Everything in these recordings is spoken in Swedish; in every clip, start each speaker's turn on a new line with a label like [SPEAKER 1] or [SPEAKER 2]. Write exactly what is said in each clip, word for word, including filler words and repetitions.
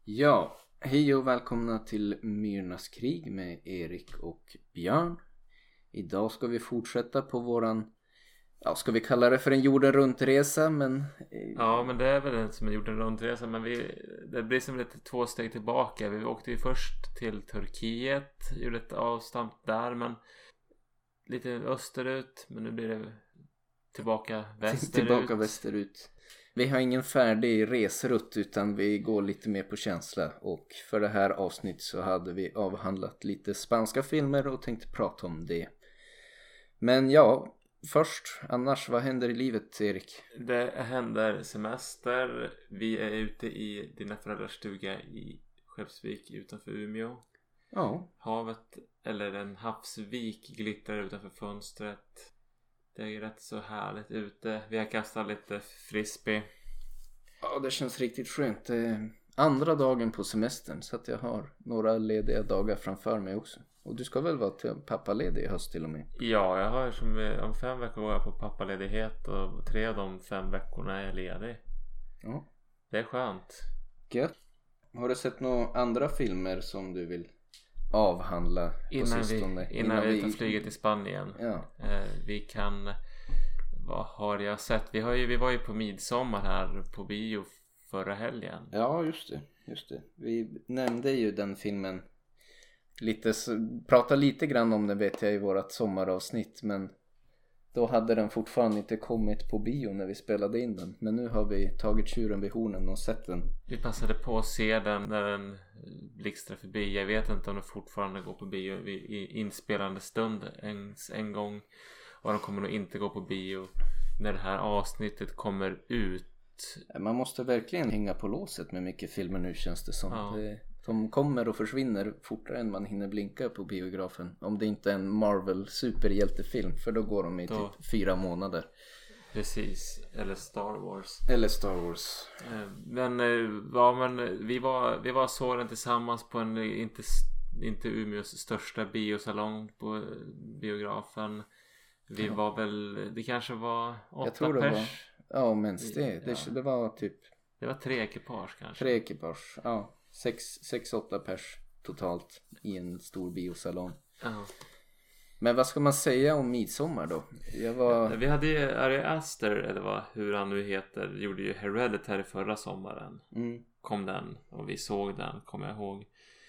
[SPEAKER 1] Ja, hej och välkomna till Myrornas krig med Erik och Björn. Idag ska vi fortsätta på våran, ja, ska vi kalla det för en jorden runt-resa, men...
[SPEAKER 2] Ja, men det är väl en som en jorden runt-resa, men vi, det blir som lite två steg tillbaka. Vi åkte ju först till Turkiet, gjorde ett avstamp där, men lite österut, men nu blir det tillbaka västerut.
[SPEAKER 1] Tillbaka västerut. Vi har ingen färdig resrutt utan vi går lite mer på känsla, och för det här avsnitt så hade vi avhandlat lite spanska filmer och tänkte prata om det. Men ja, först, annars, vad händer i livet, Erik?
[SPEAKER 2] Det händer semester. Vi är ute i dina föräldrars stuga i Skeppsvik utanför Umeå.
[SPEAKER 1] Ja.
[SPEAKER 2] Havet, eller en havsvik, glittrar utanför fönstret. Det är ju rätt så härligt ute. Vi har kastat lite frisbee.
[SPEAKER 1] Ja, det känns riktigt skönt. Det är andra dagen på semestern, så att jag har några lediga dagar framför mig också. Och du ska väl vara till pappaledig i höst till och med?
[SPEAKER 2] Ja, jag har som om fem veckor går jag på pappaledighet och tre av de fem veckorna är jag ledig.
[SPEAKER 1] Ja.
[SPEAKER 2] Det är skönt.
[SPEAKER 1] Gött. Har du sett några andra filmer som du vill avhandla på
[SPEAKER 2] innan
[SPEAKER 1] sistone?
[SPEAKER 2] vi, innan, innan vi tar flyget till Spanien.
[SPEAKER 1] Ja.
[SPEAKER 2] Eh, vi kan... Vad har jag sett? Vi, har ju, vi var ju på midsommar här på bio förra helgen.
[SPEAKER 1] Ja, just det. Just det. Vi nämnde ju den filmen lite, prata lite grann om den, vet jag, i vårat sommaravsnitt, men då hade den fortfarande inte kommit på bio när vi spelade in den. Men nu har vi tagit tjuren vid hornen och sett den.
[SPEAKER 2] Vi passade på att se den när den blixtrade förbi. Jag vet inte om den fortfarande går på bio i inspelande stund ens en gång. Och de kommer nog inte gå på bio när det här avsnittet kommer ut.
[SPEAKER 1] Man måste verkligen hänga på låset med mycket filmer nu, känns det som.
[SPEAKER 2] Ja.
[SPEAKER 1] Det, de kommer och försvinner fortare än man hinner blinka på biografen. Om det inte är en Marvel superhjältefilm, för då går de i då... typ fyra månader.
[SPEAKER 2] Precis, eller Star Wars.
[SPEAKER 1] Eller Star Wars.
[SPEAKER 2] Men, ja, men vi var, vi var såg den tillsammans på en, inte, inte Umeås största biosalong på biografen. Vi ja. var väl, det kanske var åtta
[SPEAKER 1] Jag tror det
[SPEAKER 2] pers.
[SPEAKER 1] Var, ja, men det, det, ja. det var typ...
[SPEAKER 2] Det var tre ekipage kanske.
[SPEAKER 1] Tre ekipage, ja. Sex, sex, åtta pers totalt i en stor biosalong.
[SPEAKER 2] Ja.
[SPEAKER 1] Men vad ska man säga om midsommar då? Jag var...
[SPEAKER 2] ja, vi hade ju Ari Aster, eller vad, hur han nu heter, gjorde ju Hereditary förra sommaren.
[SPEAKER 1] Mm.
[SPEAKER 2] Kom den, och vi såg den, kommer jag ihåg.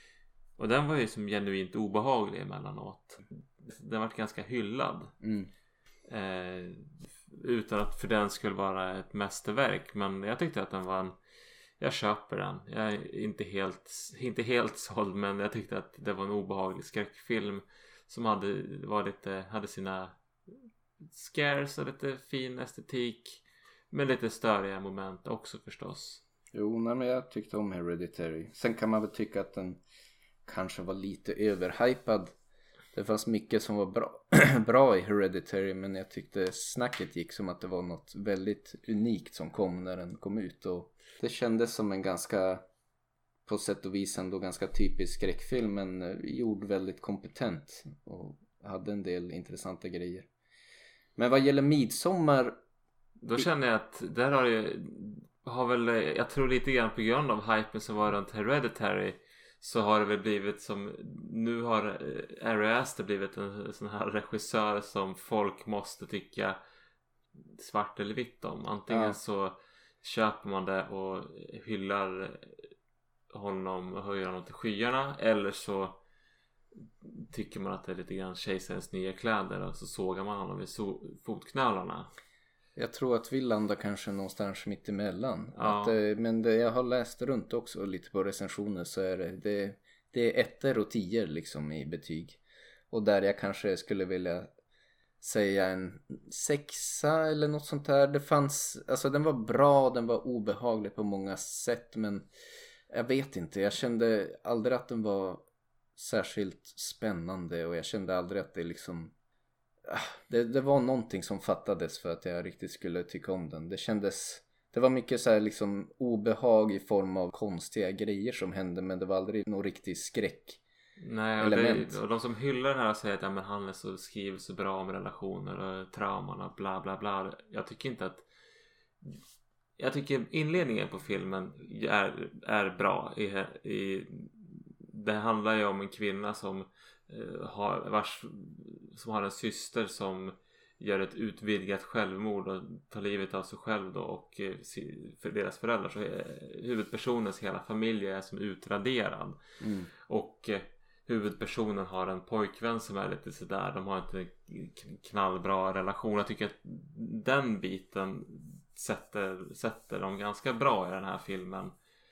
[SPEAKER 2] Och den var ju som genuint obehaglig emellanåt. Den var ganska hyllad.
[SPEAKER 1] Mm.
[SPEAKER 2] Eh, utan att för den skulle vara ett mästerverk. Men jag tyckte att den var en... Jag köper den. Jag är inte helt, inte helt såld, men jag tyckte att det var en obehaglig skräckfilm som hade, var lite, hade sina scares och lite fin estetik. Men lite störiga moment också förstås.
[SPEAKER 1] Jo, nej, men jag tyckte om Hereditary. Sen kan man väl tycka att den kanske var lite överhypad. Det fanns mycket som var bra, bra i Hereditary, men jag tyckte snacket gick som att det var något väldigt unikt som kom när den kom ut. Och det kändes som en ganska, på sätt och vis ändå ganska typisk skräckfilm, men gjord väldigt kompetent och hade en del intressanta grejer. Men vad gäller midsommar...
[SPEAKER 2] Då känner jag att där har ju, har väl, jag tror lite grann på grund av hypen som var runt Hereditary, så har det väl blivit som, nu har Ari Aster blivit en sån här regissör som folk måste tycka svart eller vitt om. Antingen ja. Så köper man det och hyllar honom och höjer honom till skyarna, eller så tycker man att det är lite grann kejsarens nya kläder och så sågar man honom i so- fotknölarna. Jag
[SPEAKER 1] tror att vi landar kanske någonstans mitt emellan.
[SPEAKER 2] Ja.
[SPEAKER 1] Att, men det, jag har läst runt också lite på recensioner, så är det, det, det är ettor och tior liksom i betyg. Och där jag kanske skulle vilja säga en sexa eller något sånt där. Det fanns, alltså den var bra, den var obehaglig på många sätt, men jag vet inte, jag kände aldrig att den var särskilt spännande, och jag kände aldrig att det liksom det, det var någonting som fattades för att jag riktigt skulle tycka om den. Det kändes, det var mycket så här liksom obehag i form av konstiga grejer som hände, men det var aldrig någon riktig skräck.
[SPEAKER 2] Nej, och, det, och de som hyllar den här säger att ja, men han är så, skriver så bra om relationer och trauman och bla bla bla. Jag tycker inte att jag tycker inledningen på filmen är, är bra. I, i, det handlar ju om en kvinna som, uh, har, vars, som har en syster som gör ett utvidgat självmord och tar livet av sig själv då, och uh, för deras föräldrar. Så uh, huvudpersonens hela familj är som utraderad. Mm. Och uh, huvudpersonen har en pojkvän som är lite sådär. De har inte en knallbra relation. Jag tycker att den biten sätter, sätter dem ganska bra i den här filmen.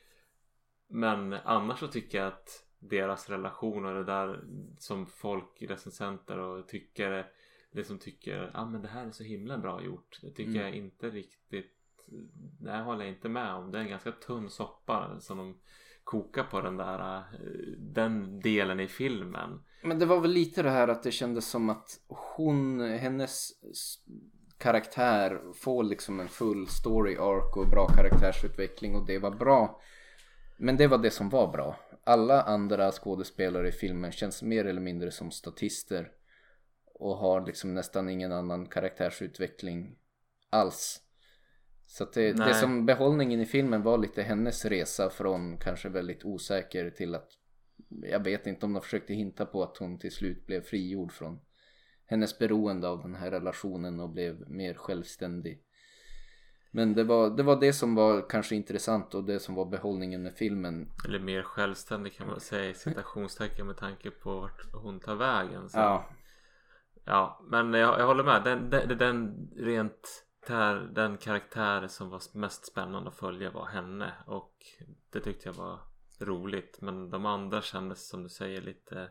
[SPEAKER 2] Men annars så tycker jag att deras relationer, det där som folk, recensenter och tyckare liksom tycker, ja ah, men det här är så himla bra gjort. Det tycker mm. jag inte riktigt, nej, jag håller inte med om. Det är en ganska tunn soppa som de koka på den där den delen i filmen.
[SPEAKER 1] Men det var väl lite det här att det kändes som att hon, hennes karaktär får liksom en full story arc och bra karaktärsutveckling, och det var bra. Men det var det som var bra. Alla andra skådespelare i filmen känns mer eller mindre som statister och har liksom nästan ingen annan karaktärsutveckling alls. Så att det, det som behållningen i filmen var lite hennes resa från kanske väldigt osäker till att, jag vet inte om de försökte hinta på att hon till slut blev frigjord från hennes beroende av den här relationen och blev mer självständig. Men det var, det var det som var kanske intressant och det som var behållningen med filmen.
[SPEAKER 2] Eller mer självständig kan man säga, citationstecken, med tanke på vart hon tar vägen. Så.
[SPEAKER 1] Ja.
[SPEAKER 2] Ja, men jag, jag håller med. Den, den, den rent... Den karaktär som var mest spännande att följa var henne, och det tyckte jag var roligt. Men de andra kändes, som du säger, lite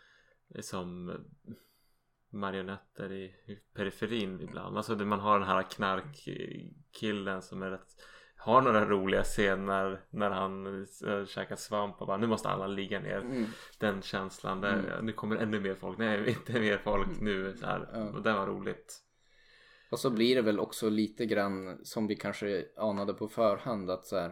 [SPEAKER 2] som marionetter i periferin ibland. Alltså man har den här knarkkillen som är rätt, har några roliga scener när han äh, käkar svamp och bara, nu måste alla ligga ner. Mm. Den känslan där, mm. nu kommer ännu mer folk. Nej, inte mer folk mm. nu så här. Mm. Och det var roligt.
[SPEAKER 1] Och så blir det väl också lite grann som vi kanske anade på förhand, att så här,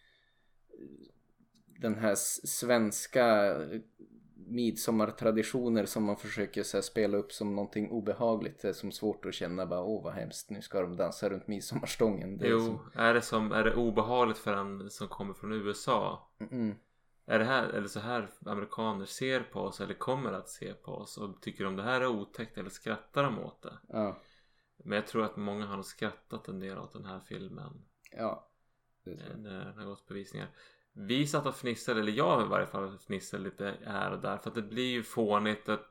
[SPEAKER 1] den här svenska midsommartraditioner som man försöker så här spela upp som någonting obehagligt, det är som svårt att känna bara, åh vad hemskt, nu ska de dansa runt midsommarstången. Det är
[SPEAKER 2] jo,
[SPEAKER 1] som...
[SPEAKER 2] är det som är det obehagligt för en som kommer från U S A? Mm-mm. Är det här, eller så här amerikaner ser på oss eller kommer att se på oss, och tycker de det här är otäckt eller skrattar de åt det?
[SPEAKER 1] Ja.
[SPEAKER 2] Men jag tror att många har skrattat en del åt den här filmen.
[SPEAKER 1] Ja.
[SPEAKER 2] När det har gått på visningar. Vi satt och fnissade, eller jag i varje fall fnissade lite här och där. För att det blir ju fånigt att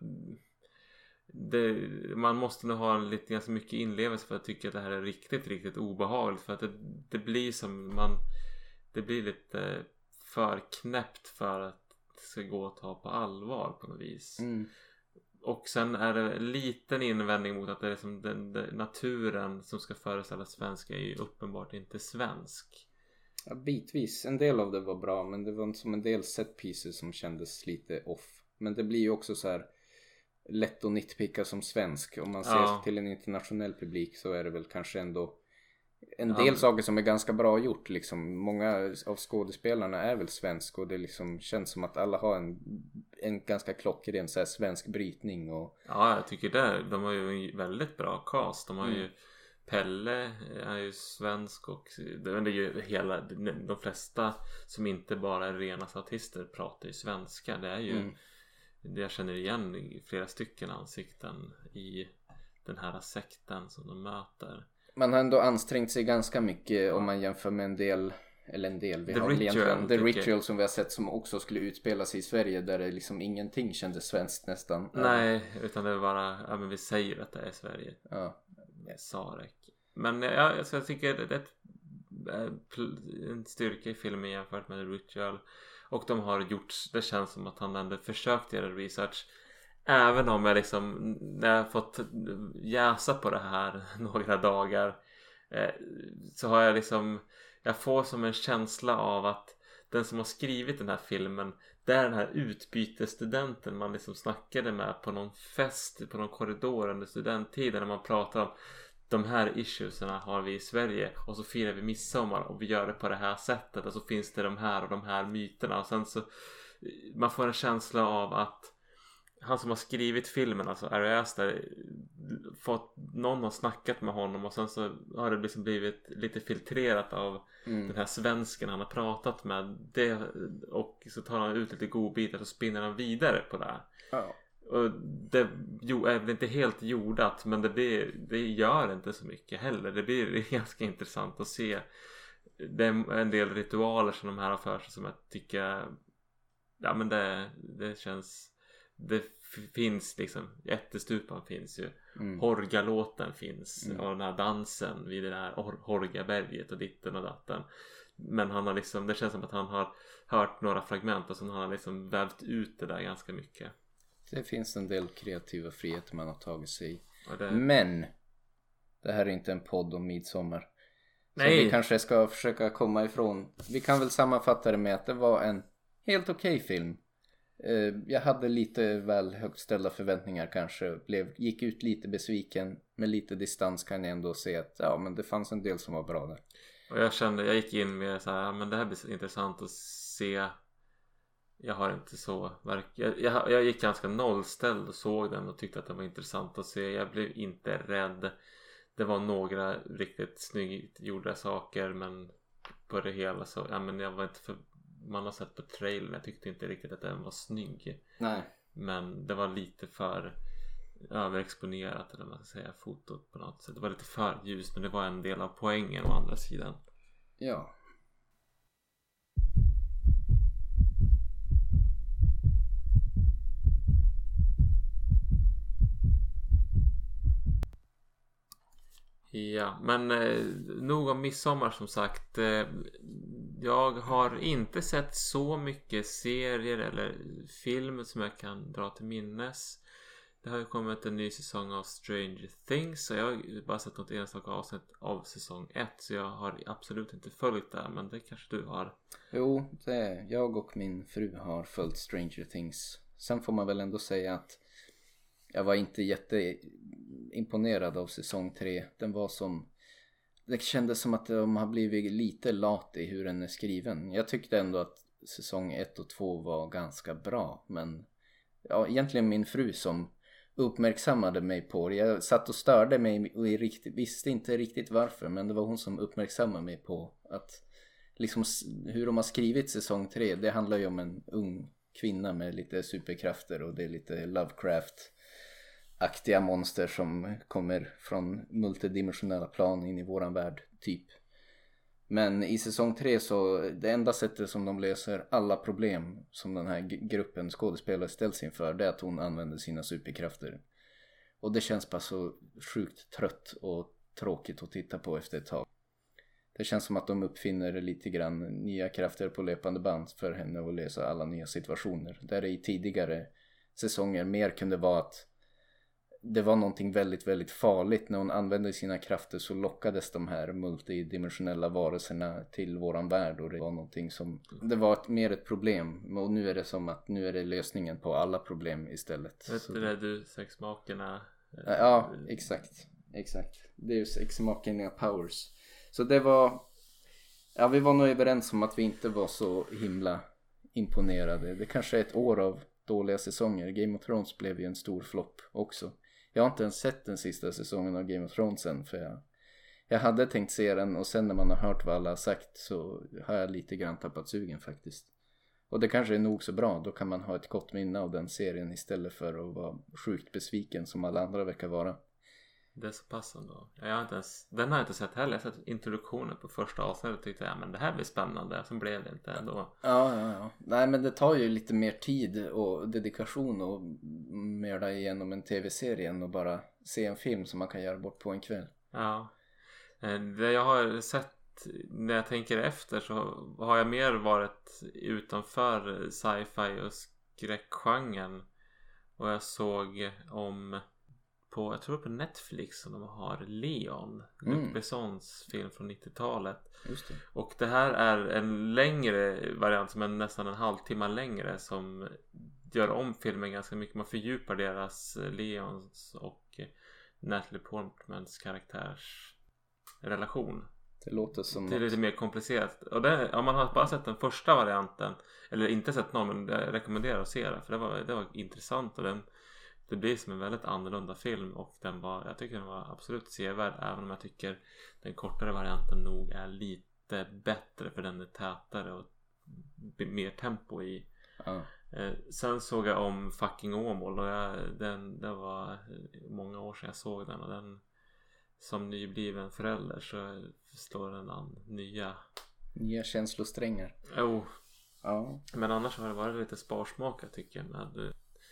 [SPEAKER 2] det, man måste nog ha lite ganska mycket inlevelse för att tycka att det här är riktigt, riktigt obehagligt. För att det, det blir som man, det blir lite för knäppt för att det ska gå att ta på allvar på något vis. Mm. Och sen är det en liten invändning mot att det är som den, den naturen som ska föreställa svenska är ju uppenbart inte svensk.
[SPEAKER 1] Ja, bitvis. En del av det var bra, men det var som en del set pieces som kändes lite off. Men det blir ju också så här lätt att nitpicka som svensk. Om man ser ja. till en internationell publik så är det väl kanske ändå en del ja. saker som är ganska bra gjort liksom. Många av skådespelarna är väl svensk, och det liksom känns som att alla har en, en ganska klockren så här svensk brytning och...
[SPEAKER 2] Ja, jag tycker det. De har ju en väldigt bra cast. De har mm. ju Pelle är ju svensk, och det är ju hela, de flesta som inte bara är rena statister pratar ju svenska. Det är ju mm. jag känner igen flera stycken ansikten i den här sekten som de möter.
[SPEAKER 1] Man har ändå ansträngt sig ganska mycket om man jämför med en del, eller en del, vi
[SPEAKER 2] The
[SPEAKER 1] har
[SPEAKER 2] Ritual,
[SPEAKER 1] egentligen The Ritual som vi har sett, som också skulle utspela sig i Sverige, där det liksom ingenting kändes svenskt nästan.
[SPEAKER 2] Nej, utan det är bara, ja men vi säger att det är Sverige.
[SPEAKER 1] Ja.
[SPEAKER 2] Sarek. Men ja, alltså, jag tycker det är ett, en styrka i filmen jämfört med The Ritual. Och de har gjort, det känns som att han ändå försökt göra research. Även om jag liksom, när jag fått jäsa på det här några dagar, eh, så har jag liksom, jag får som en känsla av att den som har skrivit den här filmen, det är den här utbytesstudenten man liksom snackade med på någon fest, på någon korridor under studenttiden, när man pratar om de här issuesarna har vi i Sverige, och så firar vi midsommar och vi gör det på det här sättet, och så finns det de här och de här myterna, och sen så man får en känsla av att han som har skrivit filmen, alltså Ari Aster, fått någon har snackat med honom och sen så har det liksom blivit lite filtrerat av mm. den här svensken han har pratat med det, och så tar han ut lite godbitar och spinner han vidare på det här.
[SPEAKER 1] Ja.
[SPEAKER 2] Och det jo, är väl inte helt jordat, men det, blir, det gör inte så mycket heller. Det blir ganska intressant att se. Det är en del ritualer som de här har för sig som jag tycker, ja men det, det känns, det finns liksom, Ättestupan finns ju, mm. Horgalåten finns mm. och den här dansen vid det här Horgaberget och ditten och datten. Men han har liksom, det känns som att han har hört några fragment och så han har liksom vävt ut det där ganska mycket.
[SPEAKER 1] Det finns en del kreativa friheter man har tagit sig i.
[SPEAKER 2] Det...
[SPEAKER 1] Men det här är inte en podd om midsommar.
[SPEAKER 2] Nej.
[SPEAKER 1] Så vi kanske ska försöka komma ifrån. Vi kan väl sammanfatta det med att det var en helt okej okay film. Jag hade lite väl högt ställda förväntningar kanske. Blev, gick ut lite besviken. Med lite distans kan jag ändå se att ja, men det fanns en del som var bra där.
[SPEAKER 2] Och jag kände, jag gick in med så här, men det här blir intressant att se. Jag har inte så jag, jag, jag gick ganska nollställd och såg den och tyckte att det var intressant att se. Jag blev inte rädd. Det var några riktigt snyggt gjorda saker, men på det hela så, ja men jag var inte för, man har sett på trailern, jag tyckte inte riktigt att den var snygg.
[SPEAKER 1] Nej.
[SPEAKER 2] Men det var lite för överexponerat, eller man ska säga, fotot på något sätt. Det var lite för ljus, men det var en del av poängen å andra sidan.
[SPEAKER 1] Ja.
[SPEAKER 2] Ja, men eh, nog om midsommar som sagt. Eh, jag har inte sett så mycket serier eller film som jag kan dra till minnes. Det har ju kommit en ny säsong av Stranger Things, så jag har bara sett något enstaka avsnitt av säsong ett, så jag har absolut inte följt det, men det kanske du har.
[SPEAKER 1] Jo, det, jag och min fru har följt Stranger Things. Sen får man väl ändå säga att jag var inte jätteimponerad av säsong tre. Den var som, det kändes som att de har blivit lite lat i hur den är skriven. Jag tyckte ändå att säsong ett och två var ganska bra, men ja, egentligen min fru som uppmärksammade mig på det. Jag satt och störde mig och riktigt, visste inte riktigt varför, men det var hon som uppmärksammade mig på att liksom hur de har skrivit säsong tre. Det handlar ju om en ung kvinna med lite superkrafter och det är lite Lovecraft-aktiga monster som kommer från multidimensionella plan in i våran värld typ. Men i säsong tre så det enda sättet som de löser alla problem som den här g- gruppen skådespelare ställs inför, det är att hon använder sina superkrafter. Och det känns bara så sjukt trött och tråkigt att titta på efter ett tag. Det känns som att de uppfinner lite grann nya krafter på löpande band för henne att lösa alla nya situationer. Där det i tidigare säsonger mer kunde vara att det var någonting väldigt, väldigt farligt. När hon använde sina krafter så lockades de här multidimensionella varelserna till våran värld. Och det var någonting som, det var ett, mer ett problem. Och nu är det som att nu är det lösningen på alla problem istället.
[SPEAKER 2] Vet du det, du sexmakerna?
[SPEAKER 1] Ja, exakt. Exakt. Det är ju sexmakerna powers. Så det var, ja vi var nog överens om att vi inte var så himla imponerade. Det kanske är ett år av dåliga säsonger. Game of Thrones blev ju en stor flopp också. Jag har inte ens sett den sista säsongen av Game of Thrones än, för jag, jag hade tänkt se den och sen när man har hört vad alla har sagt så har jag lite grann tappat sugen faktiskt. Och det kanske är nog så bra, då kan man ha ett gott minne av den serien istället för att vara sjukt besviken som alla andra verkar vara.
[SPEAKER 2] Det är så passande då. Jag har inte ens, den har jag inte sett heller. Jag har sett introduktionen på första avsnittet och tyckte ja, men det här blir spännande. Sen blev det inte ändå.
[SPEAKER 1] Ja, ja, ja. Nej, men det tar ju lite mer tid och dedikation och mörda igenom en tv-serie än att bara se en film som man kan göra bort på en kväll.
[SPEAKER 2] Ja. Det jag har sett när jag tänker efter så har jag mer varit utanför sci-fi och skräckgenren. Och jag såg om på, jag tror på Netflix som de har Leon, mm. Luc Bessons film från nittiotalet.
[SPEAKER 1] Just det. Och
[SPEAKER 2] det här är en längre variant som är nästan en halvtimme längre som gör om filmen ganska mycket. Man fördjupar deras Leons och Natalie Portmans karaktärs relation.
[SPEAKER 1] Det låter som
[SPEAKER 2] det är lite mer komplicerat. Och det, om man har bara sett den första varianten eller inte sett någon, men jag rekommenderar att se det, för det var, det var intressant och den det blir som en väldigt annorlunda film. Och den var, jag tycker den var absolut sevärd. Även om jag tycker den kortare varianten nog är lite bättre. För den är tätare och mer tempo i.
[SPEAKER 1] Ja.
[SPEAKER 2] eh, Sen såg jag om Fucking Åmål. Och jag, den, det var många år sedan jag såg den. Och den, som nybliven förälder, så slår den an nya
[SPEAKER 1] Nya känslosträngar.
[SPEAKER 2] Oh.
[SPEAKER 1] Ja.
[SPEAKER 2] Men annars har det varit lite sparsmakat tycker jag, med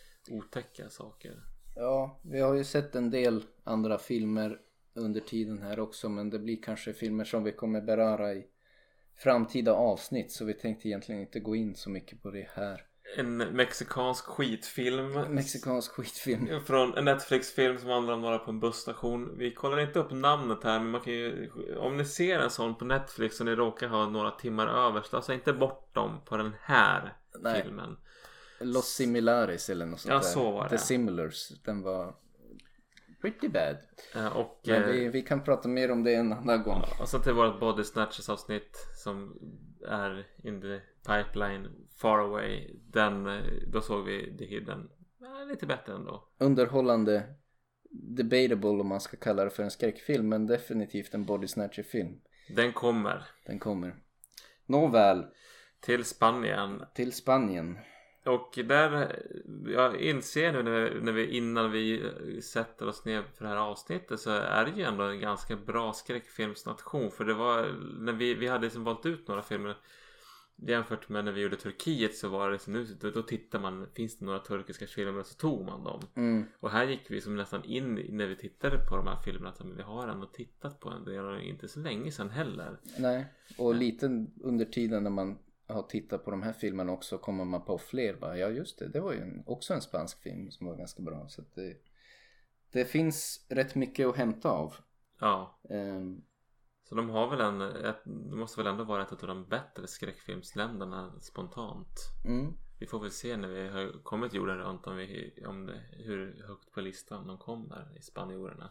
[SPEAKER 2] otäcka saker.
[SPEAKER 1] Ja, vi har ju sett en del andra filmer under tiden här också, men det blir kanske filmer som vi kommer beröra i framtida avsnitt, så vi tänkte egentligen inte gå in så mycket på det här.
[SPEAKER 2] En mexikansk skitfilm.
[SPEAKER 1] Mexikansk skitfilm.
[SPEAKER 2] Från en Netflix-film som handlar om några på en busstation. Vi kollar inte upp namnet här, men man kan ju, om ni ser en sån på Netflix och ni råkar ha några timmar över, så alltså inte bort dem på den här Nej. filmen.
[SPEAKER 1] Los Similares eller något sånt
[SPEAKER 2] ja,
[SPEAKER 1] där.
[SPEAKER 2] Så var det.
[SPEAKER 1] The Similars. Den var pretty bad.
[SPEAKER 2] Ja, och,
[SPEAKER 1] men vi, vi kan prata mer om det en annan gång.
[SPEAKER 2] Ja, och så till vårt Body Snatchers avsnitt som är in the pipeline far away. Den, då såg vi The Hidden. Ja, lite bättre ändå.
[SPEAKER 1] Underhållande, debatable om man ska kalla det för en skräckfilm, men definitivt en Body Snatcher film.
[SPEAKER 2] Den kommer.
[SPEAKER 1] Den kommer. Nåväl.
[SPEAKER 2] Till Spanien.
[SPEAKER 1] Till Spanien.
[SPEAKER 2] Och där, jag inser nu när vi, när vi innan vi sätter oss ner för det här avsnittet, så är det ju ändå en ganska bra skräckfilmsnation. För det var, när vi, vi hade liksom valt ut några filmer jämfört med när vi gjorde Turkiet, så var det så nu, då, då tittar man, finns det några turkiska filmer, så tog man dem.
[SPEAKER 1] Mm. Och
[SPEAKER 2] här gick vi som nästan in när vi tittade på de här filmerna, att vi har ändå tittat på en del, inte så länge sedan heller.
[SPEAKER 1] Nej, och lite under tiden när man har tittat på de här filmerna också, kommer man på fler. Bara, ja just det, det var ju en, också en spansk film som var ganska bra. Så att det, det finns rätt mycket att hämta av.
[SPEAKER 2] Ja.
[SPEAKER 1] Um,
[SPEAKER 2] så de har väl en, ett, det måste väl ändå vara ett av de bättre skräckfilmsländerna spontant.
[SPEAKER 1] Mm.
[SPEAKER 2] Vi får väl se när vi har kommit jorden runt om, vi, om det, hur högt på listan de kommer i spanjorerna.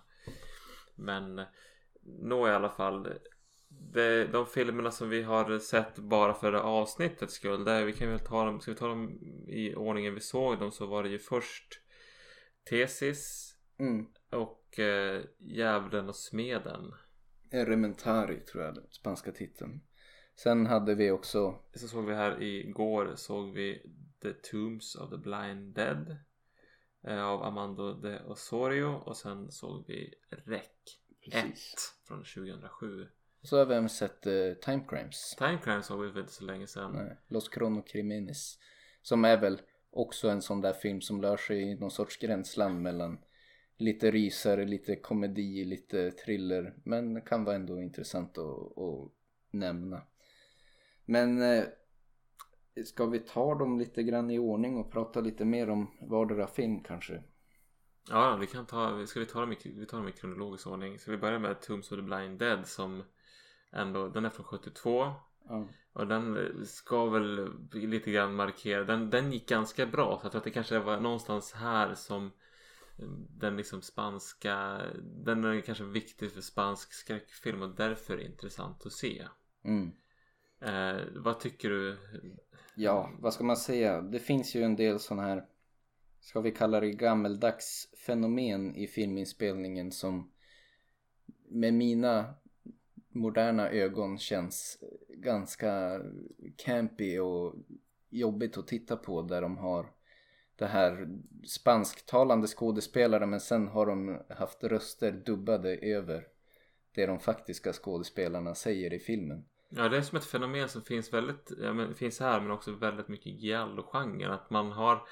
[SPEAKER 2] Men nå i alla fall, det, de filmerna som vi har sett bara för avsnittets skull, där vi kan väl ta dem, ska vi ta dem i ordningen vi såg dem, så var det ju först Tesis
[SPEAKER 1] mm.
[SPEAKER 2] och eh, Djävulen och Smeden.
[SPEAKER 1] Elementari tror jag, den spanska titeln. Sen hade vi också,
[SPEAKER 2] så såg vi här igår, såg vi The Tombs of the Blind Dead eh, av Armando de Osorio, och sen såg vi Rec ett från tjugohundrasju.
[SPEAKER 1] Så har vi även sett uh, Time Crimes.
[SPEAKER 2] Time Crimes såg vi för inte så länge sedan.
[SPEAKER 1] Nej, Los Cronocrimines. Som är väl också en sån där film som lör sig i någon sorts gränsland mellan lite rysare, lite komedi, lite thriller. Men kan vara ändå intressant att, att nämna. Men eh, ska vi ta dem lite grann i ordning och prata lite mer om vardera film kanske?
[SPEAKER 2] Ja, vi kan ta, ska vi ta dem i, vi tar dem i kronologisk ordning. Så vi börjar med Tombs of the Blind Dead, som ändå, den är från sjuttiotvå.
[SPEAKER 1] Ja.
[SPEAKER 2] Och den ska väl lite grann markera, den, den gick ganska bra, så jag tror att det kanske var någonstans här som den liksom spanska, den är kanske viktig för spansk skräckfilm och därför intressant att se.
[SPEAKER 1] Mm.
[SPEAKER 2] Eh, vad tycker du?
[SPEAKER 1] Ja, vad ska man säga? Det finns ju en del sån här, ska vi kalla det gammeldags fenomen i filminspelningen som med mina moderna ögon känns ganska campy och jobbigt att titta på, där de har det här spansktalande skådespelare, men sen har de haft röster dubbade över det de faktiska skådespelarna säger i filmen.
[SPEAKER 2] Ja, det är som ett fenomen som finns väldigt, ja, men finns här, men också väldigt mycket i giallo-genren, att man har,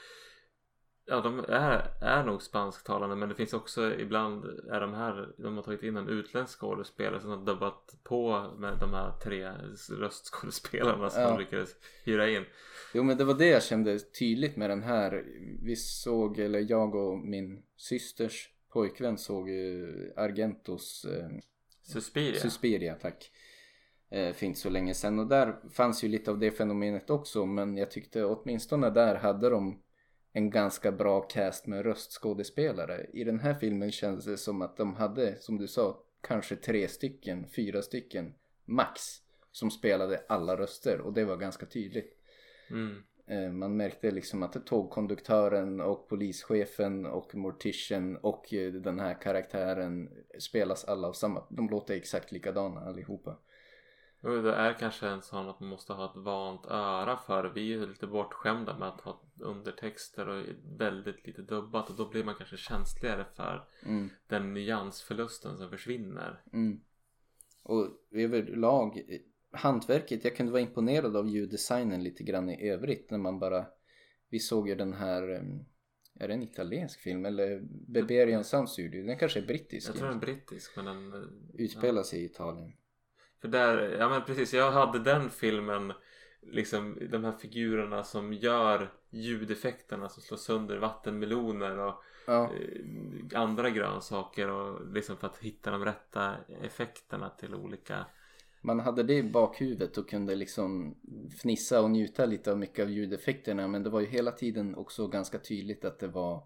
[SPEAKER 2] ja, de är, är nog spansktalande, men det finns också ibland är de här, de har tagit in en utländsk skådespelare som har dubbat på med de här tre röstskådespelarna som
[SPEAKER 1] ja.
[SPEAKER 2] de lyckades hyra in.
[SPEAKER 1] Jo, men det var det jag kände tydligt med den här. Vi såg, eller jag och min systers pojkvän såg ju Argentos eh,
[SPEAKER 2] Suspiria.
[SPEAKER 1] Suspiria, tack. Eh, för inte så länge sedan, och där fanns ju lite av det fenomenet också, men jag tyckte åtminstone där hade de en ganska bra cast med röstskådespelare. I den här filmen kändes det som att de hade, som du sa, kanske tre stycken, fyra stycken max som spelade alla röster, och det var ganska tydligt.
[SPEAKER 2] Mm.
[SPEAKER 1] Eh, man märkte liksom att tågkonduktören och polischefen och Mortician och eh, den här karaktären spelas alla av samma. De låter exakt likadana allihopa.
[SPEAKER 2] Och det är kanske en sån att man måste ha ett vant öra för. Vi är ju lite bortskämda med att ha undertexter och väldigt lite dubbat. Och då blir man kanske känsligare för mm. den nyansförlusten som försvinner.
[SPEAKER 1] Mm. Och överlag, hantverket, jag kunde vara imponerad av ljuddesignen lite grann i övrigt. När man bara, vi såg ju den här, är det en italiensk film? Eller Barbarian Sound Studio, den kanske är brittisk.
[SPEAKER 2] Jag tror den är brittisk, men den
[SPEAKER 1] utspelar sig ja. i Italien.
[SPEAKER 2] För där, ja men precis, jag hade den filmen, liksom de här figurerna som gör ljudeffekterna som slår sönder vattenmeloner och ja. eh, andra grönsaker och liksom för att hitta de rätta effekterna till olika.
[SPEAKER 1] Man hade det i bakhuvudet och kunde liksom fnissa och njuta lite av mycket av ljudeffekterna, men det var ju hela tiden också ganska tydligt att det var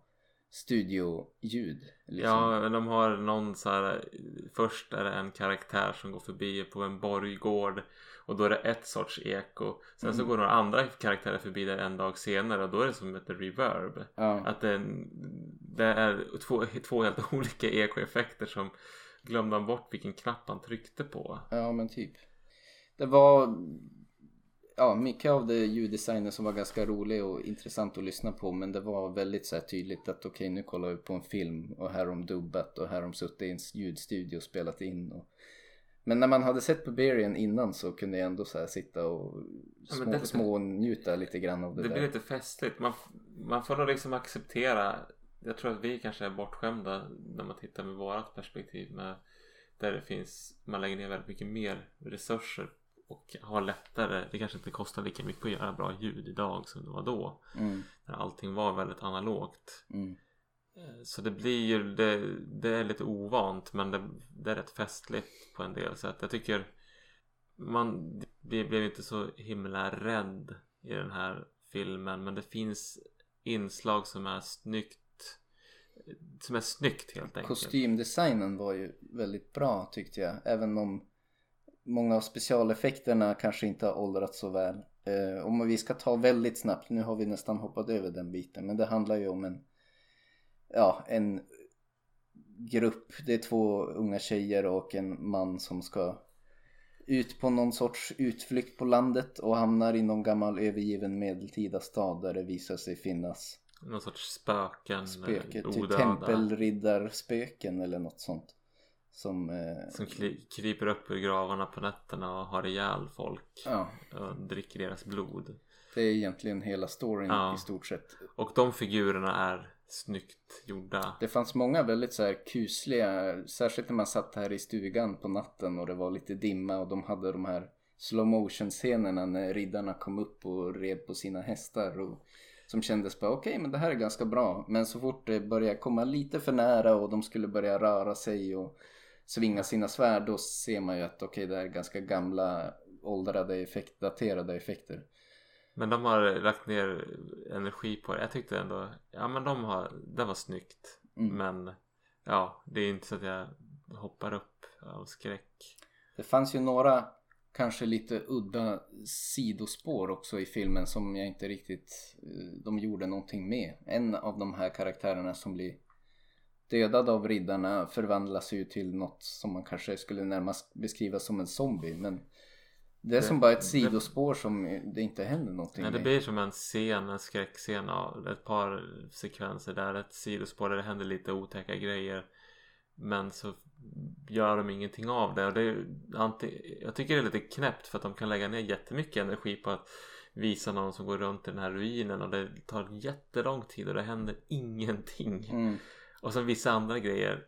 [SPEAKER 1] studioljud liksom.
[SPEAKER 2] Ja, men de har någon så här, först är det en karaktär som går förbi på en borggård och då är det ett sorts eko. Sen mm. så går några andra karaktärer förbi där en dag senare och då är det som ett reverb. Ja. Att det, det är två, två helt olika ekoeffekter som glömde han bort vilken knapp han tryckte på.
[SPEAKER 1] Ja, men typ. Det var ja, mycket av det ljuddesignen som var ganska rolig och intressant att lyssna på, men det var väldigt så här tydligt att okej, okay, nu kollar vi på en film och här har de dubbat och här har de suttit i en ljudstudio och spelat in och... men när man hade sett Barbarian innan så kunde jag ändå så här sitta och små, ja, små njuta lite grann av det,
[SPEAKER 2] det
[SPEAKER 1] där.
[SPEAKER 2] Det blir lite festligt, man, man får nog liksom acceptera, jag tror att vi kanske är bortskämda när man tittar med vårat perspektiv, med, där det finns, man lägger ner väldigt mycket mer resurser och har lättare, det kanske inte kostar lika mycket att göra bra ljud idag som det var då. Mm. När allting var väldigt analogt. Mm. Så det blir ju, det, det är lite ovant, men det, det är rätt festligt på en del sätt. Jag tycker man det blev inte så himla rädd i den här filmen, men det finns inslag som är snyggt som är snyggt helt enkelt.
[SPEAKER 1] Kostymdesignen var ju väldigt bra tyckte jag, även om många av specialeffekterna kanske inte har åldrats så väl. Eh, om vi ska ta väldigt snabbt, nu har vi nästan hoppat över den biten, men det handlar ju om en ja, en grupp, det är två unga tjejer och en man som ska ut på någon sorts utflykt på landet och hamnar i någon gammal övergiven medeltida stad där det visar sig finnas
[SPEAKER 2] någon sorts spöken,
[SPEAKER 1] spöken, typ tempelriddarspöken eller något sånt. Som, eh,
[SPEAKER 2] som kli, kryper upp ur gravarna på nätterna och har ihjäl folk
[SPEAKER 1] ja.
[SPEAKER 2] och dricker deras blod.
[SPEAKER 1] Det är egentligen hela storyn ja. i stort sett.
[SPEAKER 2] Och de figurerna är snyggt gjorda.
[SPEAKER 1] Det fanns många väldigt så här kusliga, särskilt när man satt här i stugan på natten och det var lite dimma och de hade de här slow motion scenerna när riddarna kom upp och red på sina hästar och som kändes bara okej, okay, men det här är ganska bra. Men så fort det började komma lite för nära och de skulle börja röra sig och svinga sina svärd, då ser man ju att okej, okay, det är ganska gamla åldrade effekt, daterade effekter.
[SPEAKER 2] Men de har lagt ner energi på det. Jag tyckte ändå, ja men de har, det var snyggt. Mm. Men ja, det är inte så att jag hoppar upp av skräck.
[SPEAKER 1] Det fanns ju några kanske lite udda sidospår också i filmen som jag inte riktigt, de gjorde någonting med. En av de här karaktärerna som blir dödad av riddarna förvandlas ju till något som man kanske skulle närmast beskriva som en zombie, men det är det, som bara ett sidospår det, som det inte händer någonting
[SPEAKER 2] ja, det
[SPEAKER 1] med.
[SPEAKER 2] blir som en scen, en skräckscen av ett par sekvenser där ett sidospår där det händer lite otäcka grejer, men så gör de ingenting av det. Och det är, jag tycker det är lite knäppt för att de kan lägga ner jättemycket energi på att visa någon som går runt i den här ruinen och det tar jättelång tid och det händer ingenting. Mm. Och sen vissa andra grejer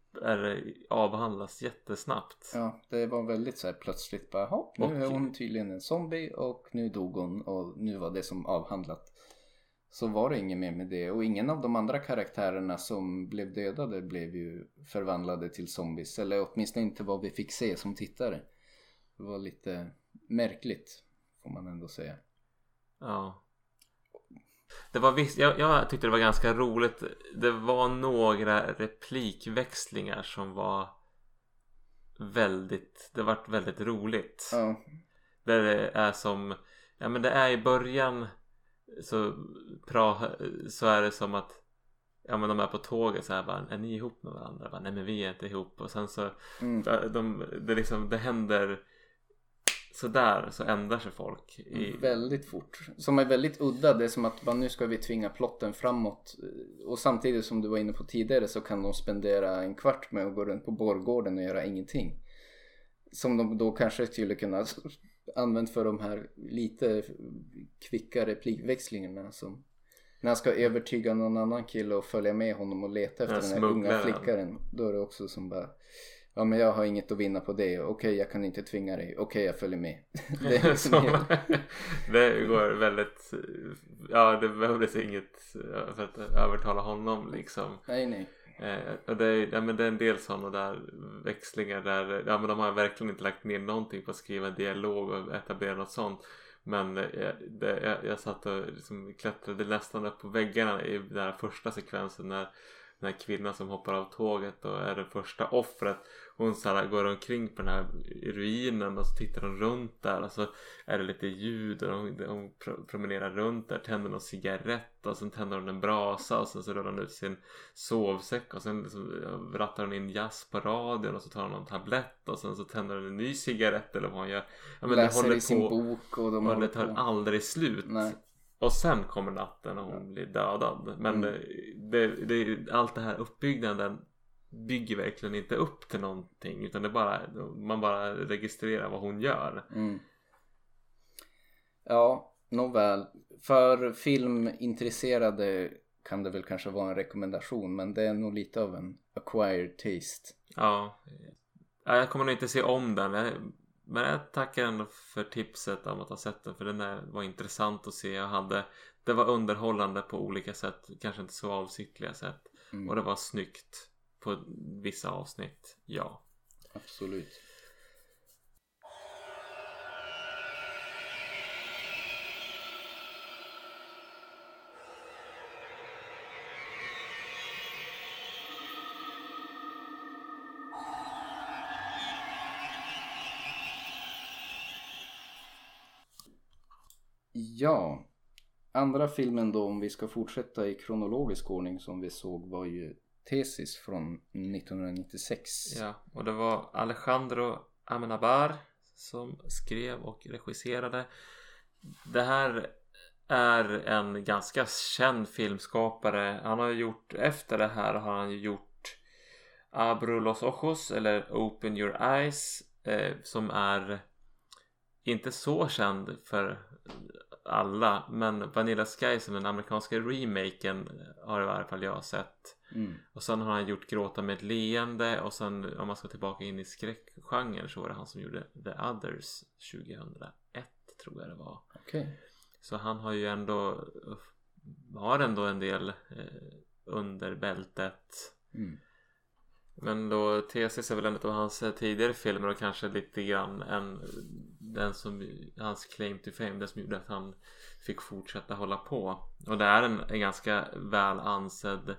[SPEAKER 2] är avhandlas jättesnabbt.
[SPEAKER 1] Ja, det var väldigt så här plötsligt bara, hopp, nu och, är hon tydligen en zombie och nu dog hon och nu var det som avhandlat. Så var det inget mer med det. Och ingen av de andra karaktärerna som blev dödade blev ju förvandlade till zombies. Eller åtminstone inte vad vi fick se som tittare. Det var lite märkligt, får man ändå säga.
[SPEAKER 2] Ja. Det var visst, jag, jag tyckte det var ganska roligt. Det var några replikväxlingar som var väldigt, det var väldigt roligt.
[SPEAKER 1] Ja.
[SPEAKER 2] Där det är som, ja men det är i början så, pra, så är det som att ja, men de är på tåget så här bara, är ni ihop med varandra? Bara, nej men vi är inte ihop. Och sen så
[SPEAKER 1] Mm.
[SPEAKER 2] de, det, liksom, det händer så där så ändrar sig folk i...
[SPEAKER 1] väldigt fort, som är väldigt udda. Det är som att bara, nu ska vi tvinga plotten framåt, och samtidigt som du var inne på tidigare så kan de spendera en kvart med att gå runt på Borggården och göra ingenting, som de då kanske skulle kunna använt för de här lite kvicka replikväxlingarna, som när han ska övertyga någon annan kille och följa med honom och leta efter den här unga flickaren. Då är det också som bara, ja men jag har inget att vinna på det. Okej, jag kan inte tvinga dig. Okej, jag följer med. Det, är liksom helt...
[SPEAKER 2] det går väldigt, ja det behövdes inget för att övertala honom liksom.
[SPEAKER 1] Nej, nej.
[SPEAKER 2] Eh, och det, är, ja, men det är en del sådana där växlingar där, ja men de har verkligen inte lagt ner någonting på att skriva dialog och etablera något sånt. Men eh, det, jag, jag satt och liksom klättrade nästan upp på väggarna i den här första sekvensen när den här kvinnan som hoppar av tåget och är det första offret. Hon så här går omkring på den här ruinen och så tittar hon runt där och så är det lite ljud och hon, hon promenerar runt där, tänder någon cigarett och sen tänder hon en brasa och sen så rullar hon ut sin sovsäck och sen så rattar hon in jazz på radion och så tar hon en tablett och sen så tänder hon en ny cigarett eller vad hon gör. Ja, men
[SPEAKER 1] läser
[SPEAKER 2] det
[SPEAKER 1] i sin
[SPEAKER 2] på,
[SPEAKER 1] bok och de
[SPEAKER 2] och det tar
[SPEAKER 1] på.
[SPEAKER 2] aldrig slut.
[SPEAKER 1] Nej.
[SPEAKER 2] Och sen kommer natten och hon
[SPEAKER 1] ja.
[SPEAKER 2] blir dödad. Men
[SPEAKER 1] mm.
[SPEAKER 2] det, det, det, allt det här uppbyggnaden bygger verkligen inte upp till någonting. Utan det bara, man bara registrerar vad hon gör.
[SPEAKER 1] Mm. Ja, nåväl. För filmintresserade kan det väl kanske vara en rekommendation. Men det är nog lite av en acquired taste.
[SPEAKER 2] Ja, jag kommer nog inte se om den. Jag, men jag tackar ändå för tipset om att ha sett den. För den är, var intressant att se. Jag hade, det var underhållande på olika sätt. Kanske inte så avsiktliga sätt. Mm. Och det var snyggt på vissa avsnitt. Ja.
[SPEAKER 1] Absolut. Ja, andra filmen då, om vi ska fortsätta i kronologisk ordning som vi såg, var ju Thesis från nittonhundranittiosex.
[SPEAKER 2] Ja, och det var Alejandro Amenabar som skrev och regisserade. Det här är en ganska känd filmskapare. Han har gjort, efter det här har han gjort Abro los ojos eller Open your eyes, eh, som är inte så känd för alla, men Vanilla Sky som den amerikanska remaken har i varje fall jag sett. Mm. Och sen har han gjort Gråta med ett leende, och sen om man ska tillbaka in i skräckgenren så var det han som gjorde The Others tjugohundraett, tror jag det var.
[SPEAKER 1] Okay.
[SPEAKER 2] Så han har ju ändå har ändå en del eh, under bältet. Mm. Men då Thesis är väl en av hans tidigare filmer och kanske lite grann en, den som hans claim to fame, det som gjorde att han fick fortsätta hålla på. Och det är en, en ganska väl ansedd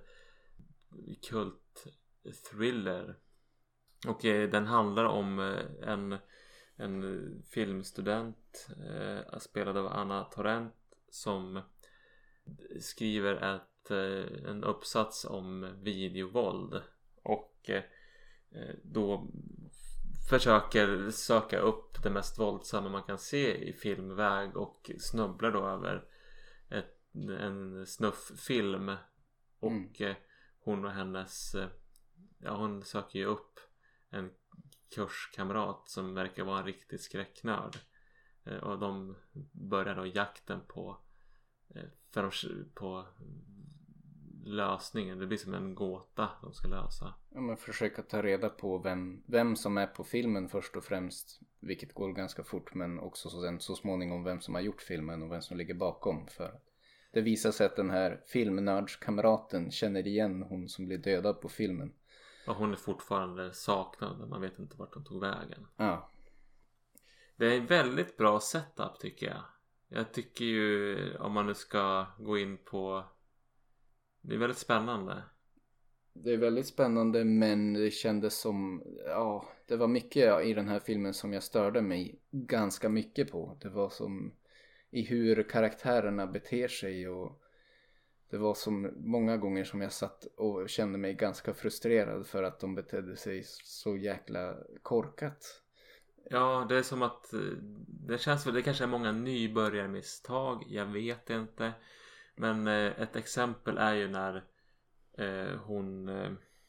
[SPEAKER 2] kult thriller. Och eh, den handlar om eh, en, en filmstudent eh, spelad av Anna Torrent som skriver ett, eh, en uppsats om videovåld. Och eh, då försöker söka upp det mest våldsamma man kan se i filmväg och snubblar då över ett, en snufffilm. Och mm. eh, hon och hennes, eh, ja hon söker ju upp en kurskamrat som verkar vara en riktig skräcknörd. Eh, och de börjar då jakten på, eh, för de, på lösningen. Det blir som en gåta de ska lösa.
[SPEAKER 1] Ja, men försöka ta reda på vem, vem som är på filmen först och främst, vilket går ganska fort, men också så, så småningom vem som har gjort filmen och vem som ligger bakom. För det visar sig att den här filmnördskamraten känner igen hon som blir dödad på filmen.
[SPEAKER 2] Och hon är fortfarande saknad, man vet inte vart de tog vägen.
[SPEAKER 1] Ja.
[SPEAKER 2] Det är en väldigt bra setup tycker jag. Jag tycker ju, om man nu ska gå in på, det är väldigt spännande.
[SPEAKER 1] Det är väldigt spännande, men det kändes som, ja, det var mycket i den här filmen som jag störde mig ganska mycket på. Det var som, i hur karaktärerna beter sig, och det var som många gånger som jag satt och kände mig ganska frustrerad för att de betedde sig så jäkla korkat.
[SPEAKER 2] Ja, det är som att det känns väl, det kanske är många nybörjarmisstag, jag vet inte. Men eh, ett exempel är ju när eh, hon eh,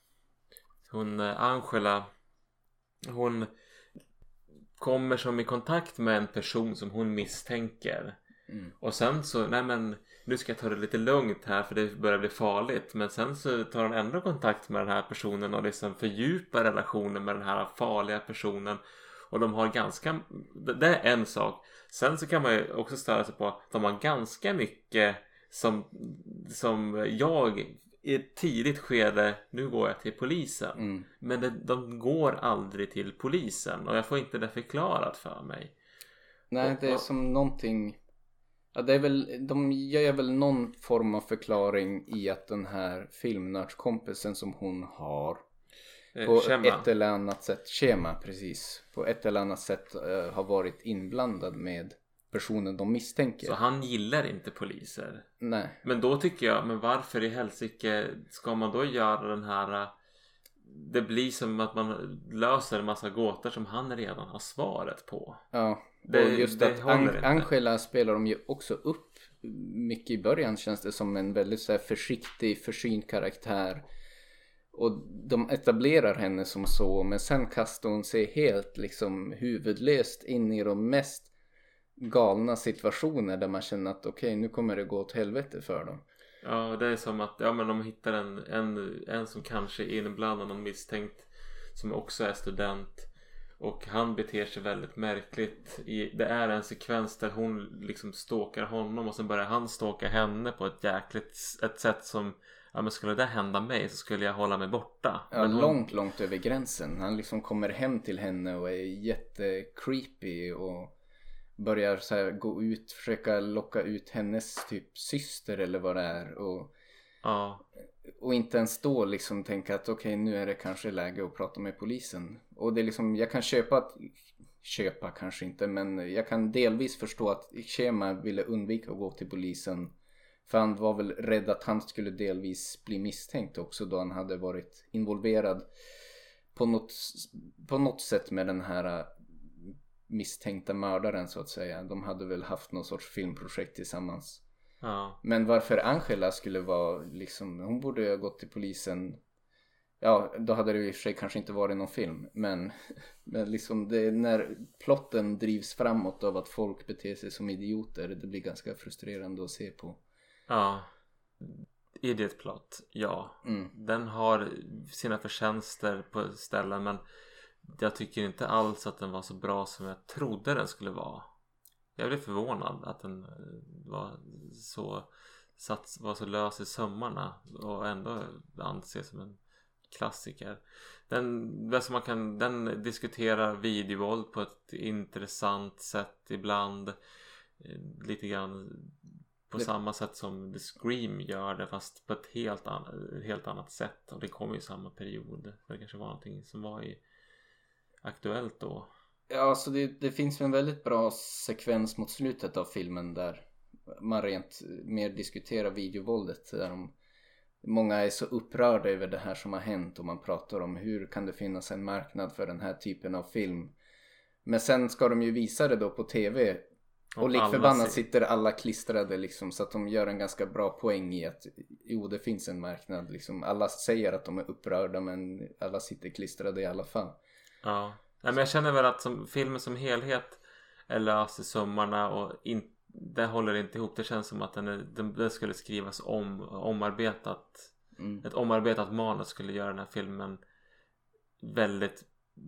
[SPEAKER 2] hon eh, Angela hon kommer som i kontakt med en person som hon misstänker. Mm. Och sen så, nej men nu ska jag ta det lite lugnt här för det börjar bli farligt. Men sen så tar hon ändå kontakt med den här personen och liksom fördjupar relationen med den här farliga personen. Och de har ganska, det är en sak. Sen så kan man ju också störa sig på att de har ganska mycket som, som jag i ett tidigt skede, nu går jag till polisen. Mm. Men det, de går aldrig till polisen och jag får inte det förklarat för mig.
[SPEAKER 1] Nej, och, det är som någonting, ja, det är väl, de gör väl någon form av förklaring i att den här filmnördskompisen som hon har på Shema. ett eller annat sätt, Shema precis, på ett eller annat sätt uh, har varit inblandad med personen de misstänker.
[SPEAKER 2] Så han gillar inte poliser?
[SPEAKER 1] Nej.
[SPEAKER 2] Men då tycker jag, men varför i helsike ska man då göra den här, det blir som att man löser en massa gåtor som han redan har svaret på.
[SPEAKER 1] Ja, det, och just det att Ang- Angela spelar de ju också upp mycket i början, känns det som en väldigt så här försiktig, försynt karaktär. Och de etablerar henne som så, men sen kastar hon sig helt liksom huvudlöst in i de mest galna situationer där man känner att okej, okay, nu kommer det gå åt helvete för dem.
[SPEAKER 2] Ja, det är som att ja, men de hittar en, en, en som kanske är inblandad, någon misstänkt som också är student, och han beter sig väldigt märkligt. I, det är en sekvens där hon liksom stalkar honom och sen börjar han stalka henne på ett jäkligt ett sätt som, ja men skulle det hända mig så skulle jag hålla mig borta.
[SPEAKER 1] Ja,
[SPEAKER 2] men hon...
[SPEAKER 1] långt, långt över gränsen. Han liksom kommer hem till henne och är jättecreepy och börjar så här gå ut, försöka locka ut hennes typ syster eller vad det är, och,
[SPEAKER 2] ja.
[SPEAKER 1] och inte ens då liksom tänka att okej, okay, nu är det kanske läge att prata med polisen. Och det är liksom, jag kan köpa att köpa kanske inte, men jag kan delvis förstå att Shema ville undvika att gå till polisen, för han var väl rädd att han skulle delvis bli misstänkt också då han hade varit involverad på något, på något sätt med den här misstänkta mördaren så att säga. De hade väl haft någon sorts filmprojekt tillsammans.
[SPEAKER 2] Ja.
[SPEAKER 1] Men varför Angela skulle vara liksom, hon borde ha gått till polisen. Ja, då hade det i och för sig kanske inte varit någon film, men, men liksom det, när plotten drivs framåt av att folk beter sig som idioter, det blir ganska frustrerande att se på.
[SPEAKER 2] Ja, Idiot plot, ja. Mm. Den har sina förtjänster på ställen, men jag tycker inte alls att den var så bra som jag trodde den skulle vara. Jag blev förvånad att den var så satt, var så lös i sömmarna och ändå anses som en klassiker. Den, det som man kan, den diskuterar videovåld på ett intressant sätt ibland, lite grann på det... samma sätt som The Scream gör det, fast på ett helt, an, helt annat sätt, och det kom ju i samma period. Det kanske var någonting som var i aktuellt då.
[SPEAKER 1] Ja, alltså det, det finns en väldigt bra sekvens mot slutet av filmen där man rent mer diskuterar videovåldet, där de, många är så upprörda över det här som har hänt och man pratar om hur kan det finnas en marknad för den här typen av film. Men sen ska de ju visa det då på tv och, och likförbannat sitter alla klistrade liksom, så att de gör en ganska bra poäng i att jo, det finns en marknad liksom. Alla säger att de är upprörda, men alla sitter klistrade i alla fall.
[SPEAKER 2] Ja, nej, men jag känner väl att som, filmen som helhet är lös i sömmarna och in, det håller inte ihop. Det känns som att den, är, den, den skulle skrivas om, omarbetat. Mm. Ett omarbetat manus skulle göra den här filmen väldigt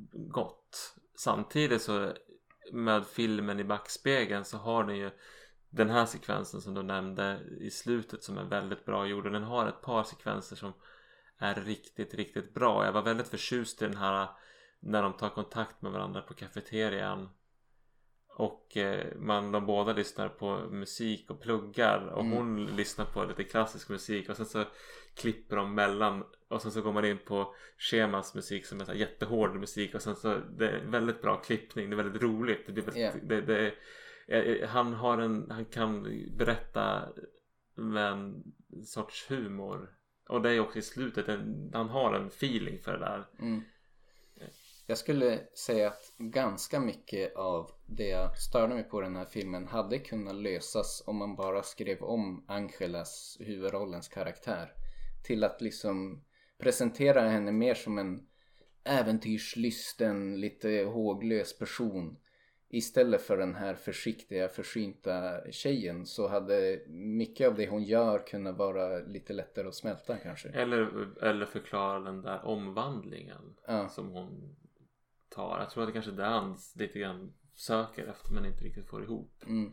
[SPEAKER 2] gott. Samtidigt så med filmen i backspegeln så har den ju den här sekvensen som du nämnde i slutet som är väldigt bra gjord, och den har ett par sekvenser som är riktigt, riktigt bra. Jag var väldigt förtjust i den här när de tar kontakt med varandra på kafeterian och man, de båda lyssnar på musik och pluggar och mm. hon lyssnar på lite klassisk musik och sen så klipper de mellan och sen så går man in på Shemas musik som är så jättehård musik och sen så det är väldigt bra klippning, det är väldigt roligt, det, blir väldigt, yeah. det, det, han har en, han kan berätta med en sorts humor. Och det är också i slutet, en, han har en feeling för det där.
[SPEAKER 1] Mm. Jag skulle säga att ganska mycket av det jag störde mig på den här filmen hade kunnat lösas om man bara skrev om Angelas, huvudrollens karaktär, till att liksom presentera henne mer som en äventyrslysten, lite håglös person. Istället för den här försiktiga, försynta tjejen, så hade mycket av det hon gör kunnat vara lite lättare att smälta kanske.
[SPEAKER 2] Eller, eller förklara den där omvandlingen
[SPEAKER 1] ja.
[SPEAKER 2] som hon tar. Jag tror att det kanske är det han lite grann söker efter men inte riktigt får ihop.
[SPEAKER 1] Mm.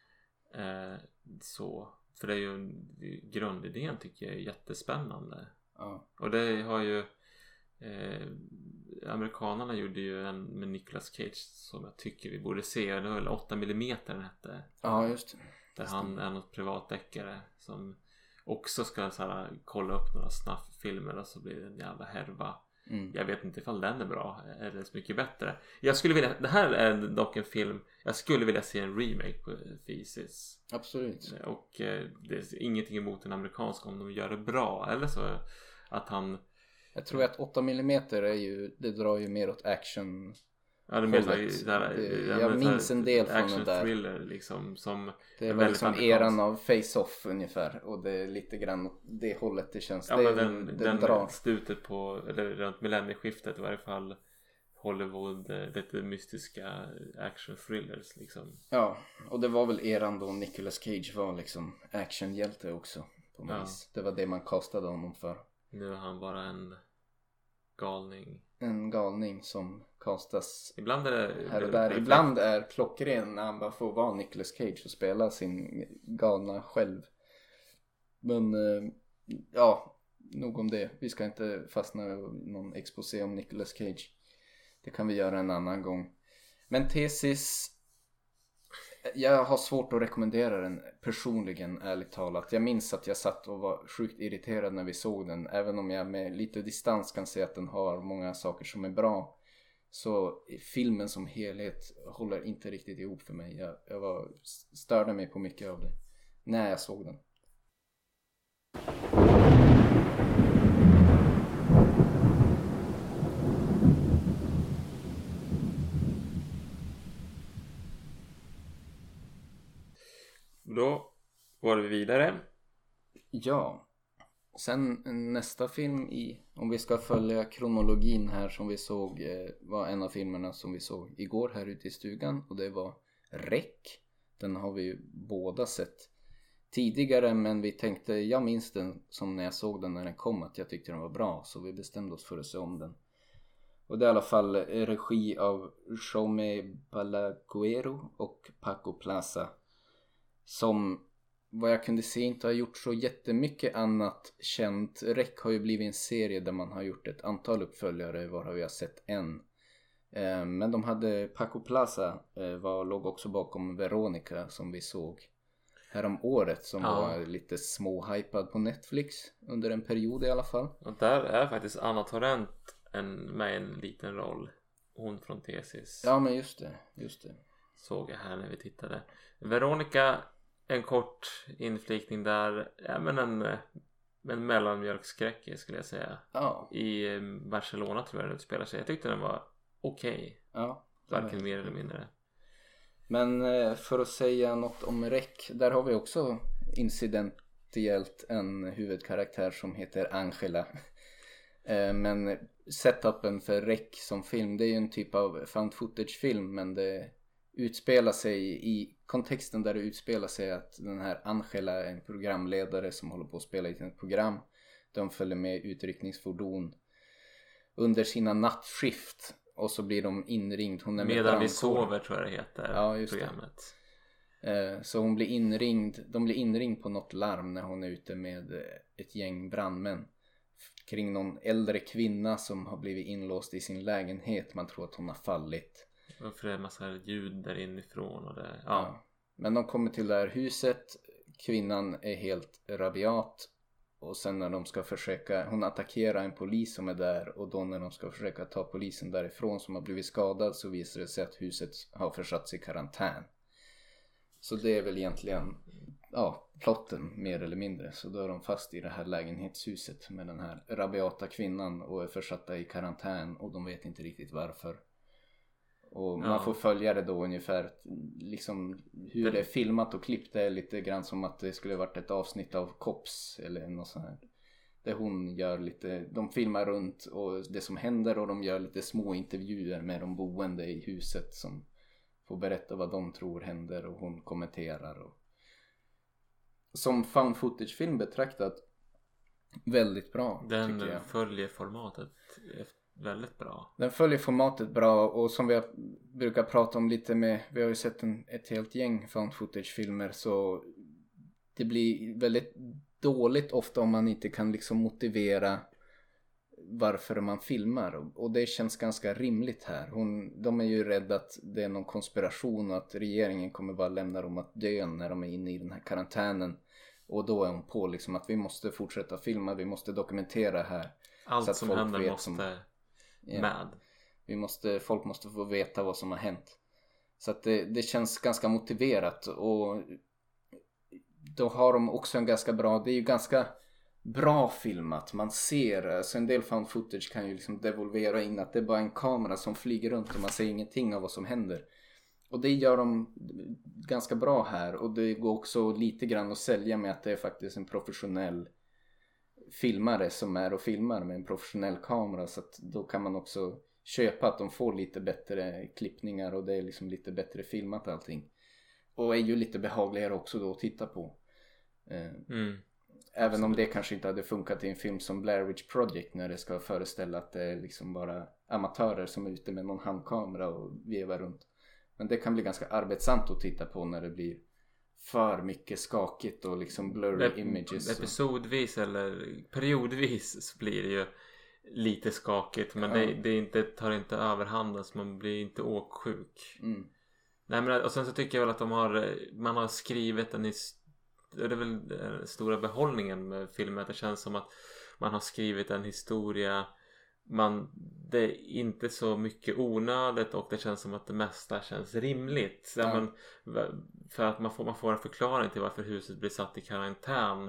[SPEAKER 2] Eh, så, för det är ju en, grundidén tycker jag är jättespännande.
[SPEAKER 1] Ja.
[SPEAKER 2] Och det har ju eh, amerikanerna gjorde ju en med Nicolas Cage som jag tycker vi borde se. Det var väl åtta millimeter den hette.
[SPEAKER 1] Ja, just det.
[SPEAKER 2] Där han är något privatdeckare som också ska så här, kolla upp några snafffilmer och så blir det en jävla härva. Mm. Jag vet inte ifall den är bra eller så mycket bättre. Jag skulle vilja, det här är dock en film jag skulle vilja se en remake på Thesis.
[SPEAKER 1] Absolut.
[SPEAKER 2] Och eh, det är ingenting emot en amerikansk om de gör det bra. Eller så att han...
[SPEAKER 1] Jag tror att åtta millimeter är ju, det drar ju mer åt action.
[SPEAKER 2] Ja, det menar där,
[SPEAKER 1] det, jag, jag minns en del från den där
[SPEAKER 2] thriller liksom, som
[SPEAKER 1] det är var liksom eran av Face-Off ungefär. Och det är lite grann det hållet det känns.
[SPEAKER 2] Ja,
[SPEAKER 1] det,
[SPEAKER 2] men den,
[SPEAKER 1] den,
[SPEAKER 2] den
[SPEAKER 1] drar.
[SPEAKER 2] slutet på, eller runt millennieskiftet i varje fall, Hollywood, lite mystiska action thrillers liksom.
[SPEAKER 1] Ja, och det var väl eran då Nicolas Cage var liksom actionhjälte också på något
[SPEAKER 2] ja.
[SPEAKER 1] vis. Det var det man kastade honom för.
[SPEAKER 2] Nu är han bara en galning.
[SPEAKER 1] En galning som kastas
[SPEAKER 2] ibland är det,
[SPEAKER 1] här och där. Ibland är klockren när han bara får vara Nicolas Cage och spela sin galna själv. Men ja, nog om det. Vi ska inte fastna i någon exposé om Nicolas Cage. Det kan vi göra en annan gång. Men Thesis, jag har svårt att rekommendera den personligen, ärligt talat. Jag minns att jag satt och var sjukt irriterad när vi såg den. Även om jag med lite distans kan säga att den har många saker som är bra, så filmen som helhet håller inte riktigt ihop för mig. Jag, jag var, störde mig på mycket av det när jag såg den.
[SPEAKER 2] Då går vi vidare.
[SPEAKER 1] Ja. Sen nästa film i, om vi ska följa kronologin här, som vi såg var en av filmerna som vi såg igår här ute i stugan, och det var Rec. Den har vi ju båda sett tidigare, men vi tänkte, jag minns den som när jag såg den när den kom, att jag tyckte den var bra, så vi bestämde oss för att se om den. Och det är i alla fall regi av Jaume Balaguero och Paco Plaza, som vad jag kunde se inte har gjort så jättemycket annat känt. Rec har ju blivit en serie där man har gjort ett antal uppföljare, varav vi har sett en. Eh, men de hade Paco Plaza eh, var, låg också bakom Veronica som vi såg härom året, som ja. var lite småhypad på Netflix under en period i alla fall.
[SPEAKER 2] Och där är faktiskt Anna Torrent en, med en liten roll. Hon från Thesis.
[SPEAKER 1] Ja, men just det, just det.
[SPEAKER 2] Såg jag här när vi tittade. Veronica, en kort inflikning där, ja, men en, en mellanmjölkskräck skulle jag säga.
[SPEAKER 1] Ja.
[SPEAKER 2] I Barcelona tror jag den utspelar sig. Jag tyckte den var okej. Okay.
[SPEAKER 1] Ja.
[SPEAKER 2] Varken mer eller mindre.
[SPEAKER 1] Men för att säga något om Rec, där har vi också incidentiellt en huvudkaraktär som heter Angela. Men setupen för Rec som film, det är ju en typ av found footage film, men det utspelar sig i kontexten där det utspelar sig att den här Angela är en programledare som håller på att spela i ett program. De följer med utryckningsfordon under sina nattskift, och så blir de inringd. Hon är med
[SPEAKER 2] Medan vi sover tror jag det heter, ja, just programmet.
[SPEAKER 1] Det. Så hon blir inringd, de blir inringd på något larm när hon är ute med ett gäng brandmän kring någon äldre kvinna som har blivit inlåst i sin lägenhet. Man tror att hon har fallit.
[SPEAKER 2] Och för det är en massa ljud där inifrån och det, ja.
[SPEAKER 1] ja. Men de kommer till det här huset. Kvinnan är helt rabiat. Och sen när de ska försöka, hon attackerar en polis som är där, och då när de ska försöka ta polisen därifrån som har blivit skadad, så visar det sig att huset har försatts i karantän. Så det är väl egentligen ja, plotten mer eller mindre. Så då är de fast i det här lägenhetshuset med den här rabiata kvinnan och är försatta i karantän och de vet inte riktigt varför. Och man ja. får följa det då ungefär liksom hur det, det är filmat och klippt är lite grann som att det skulle varit ett avsnitt av Cops eller något sånt här. Där hon gör lite, de filmar runt och det som händer och de gör lite små intervjuer med de boende i huset som får berätta vad de tror händer och hon kommenterar. Och som found footage-film betraktat väldigt bra.
[SPEAKER 2] Den följer formatet väldigt bra.
[SPEAKER 1] Den följer formatet bra och som vi brukar prata om lite med, vi har ju sett en, ett helt gäng found footage-filmer så det blir väldigt dåligt ofta om man inte kan liksom motivera varför man filmar och det känns ganska rimligt här. Hon, de är ju rädda att det är någon konspiration och att regeringen kommer bara lämna dem att dö när de är inne i den här karantänen och då är hon på liksom att vi måste fortsätta filma, vi måste dokumentera här.
[SPEAKER 2] Allt så att som folk händer vet måste som,
[SPEAKER 1] ja,
[SPEAKER 2] med.
[SPEAKER 1] Vi måste, folk måste få veta vad som har hänt. Så att det, det känns ganska motiverat och då har de också en ganska bra, det är ju ganska bra filmat, man ser, alltså en del found footage kan ju liksom devolvera in att det är bara en kamera som flyger runt och man ser ingenting av vad som händer och det gör de ganska bra här och det går också lite grann att sälja med att det är faktiskt en professionell filmare som är och filmar med en professionell kamera så att då kan man också köpa att de får lite bättre klippningar och det är liksom lite bättre filmat allting och är ju lite behagligare också då att titta på.
[SPEAKER 2] Mm.
[SPEAKER 1] Även om det kanske inte hade funkat i en film som Blair Witch Project när det ska föreställa att det är liksom bara amatörer som är ute med någon handkamera och vevar runt. Men det kan bli ganska arbetsamt att titta på när det blir för mycket skakigt och liksom blurry Ep- images.
[SPEAKER 2] Episodvis och... eller periodvis så blir det ju lite skakigt men ja. det, det inte, tar inte överhanden så man blir inte åksjuk.
[SPEAKER 1] Mm.
[SPEAKER 2] Nej, men, och sen så tycker jag väl att de har, man har skrivit en historia. Det är väl den stora behållningen med filmen att det känns som att man har skrivit en historia man, det är inte så mycket onödigt och det känns som att det mesta känns rimligt. Ja. Men, för att man får, man får en förklaring till varför huset blir satt i karantän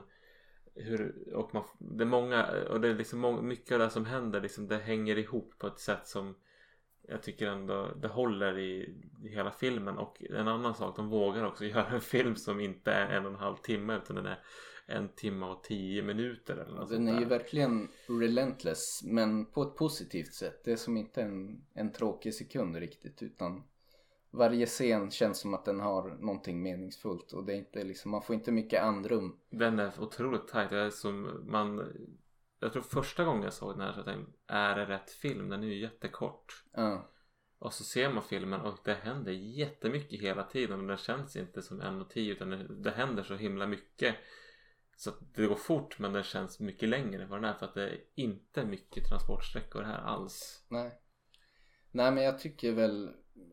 [SPEAKER 2] hur, och man, det är många och det är liksom många, mycket av det som händer liksom, det hänger ihop på ett sätt som jag tycker ändå det håller i, i hela filmen. Och en annan sak, de vågar också göra en film som inte är en och en halv timme utan den är en timme och tio minuter eller något.
[SPEAKER 1] Den är ju verkligen relentless men på ett positivt sätt. Det är som inte en, en tråkig sekund riktigt utan varje scen känns som att den har någonting meningsfullt och det är inte liksom, man får inte mycket andrum.
[SPEAKER 2] Den är otroligt tajt. Det är som man... Jag tror första gången jag såg den här så jag tänkte, är det rätt film? Den är ju jättekort.
[SPEAKER 1] Ja.
[SPEAKER 2] Och så ser man filmen och det händer jättemycket hela tiden. Men den känns inte som en och tio utan det, det händer så himla mycket. Så att det går fort men den känns mycket längre än vad den är. För att det är inte mycket transportsträckor här alls.
[SPEAKER 1] Nej. Nej men jag tycker väl...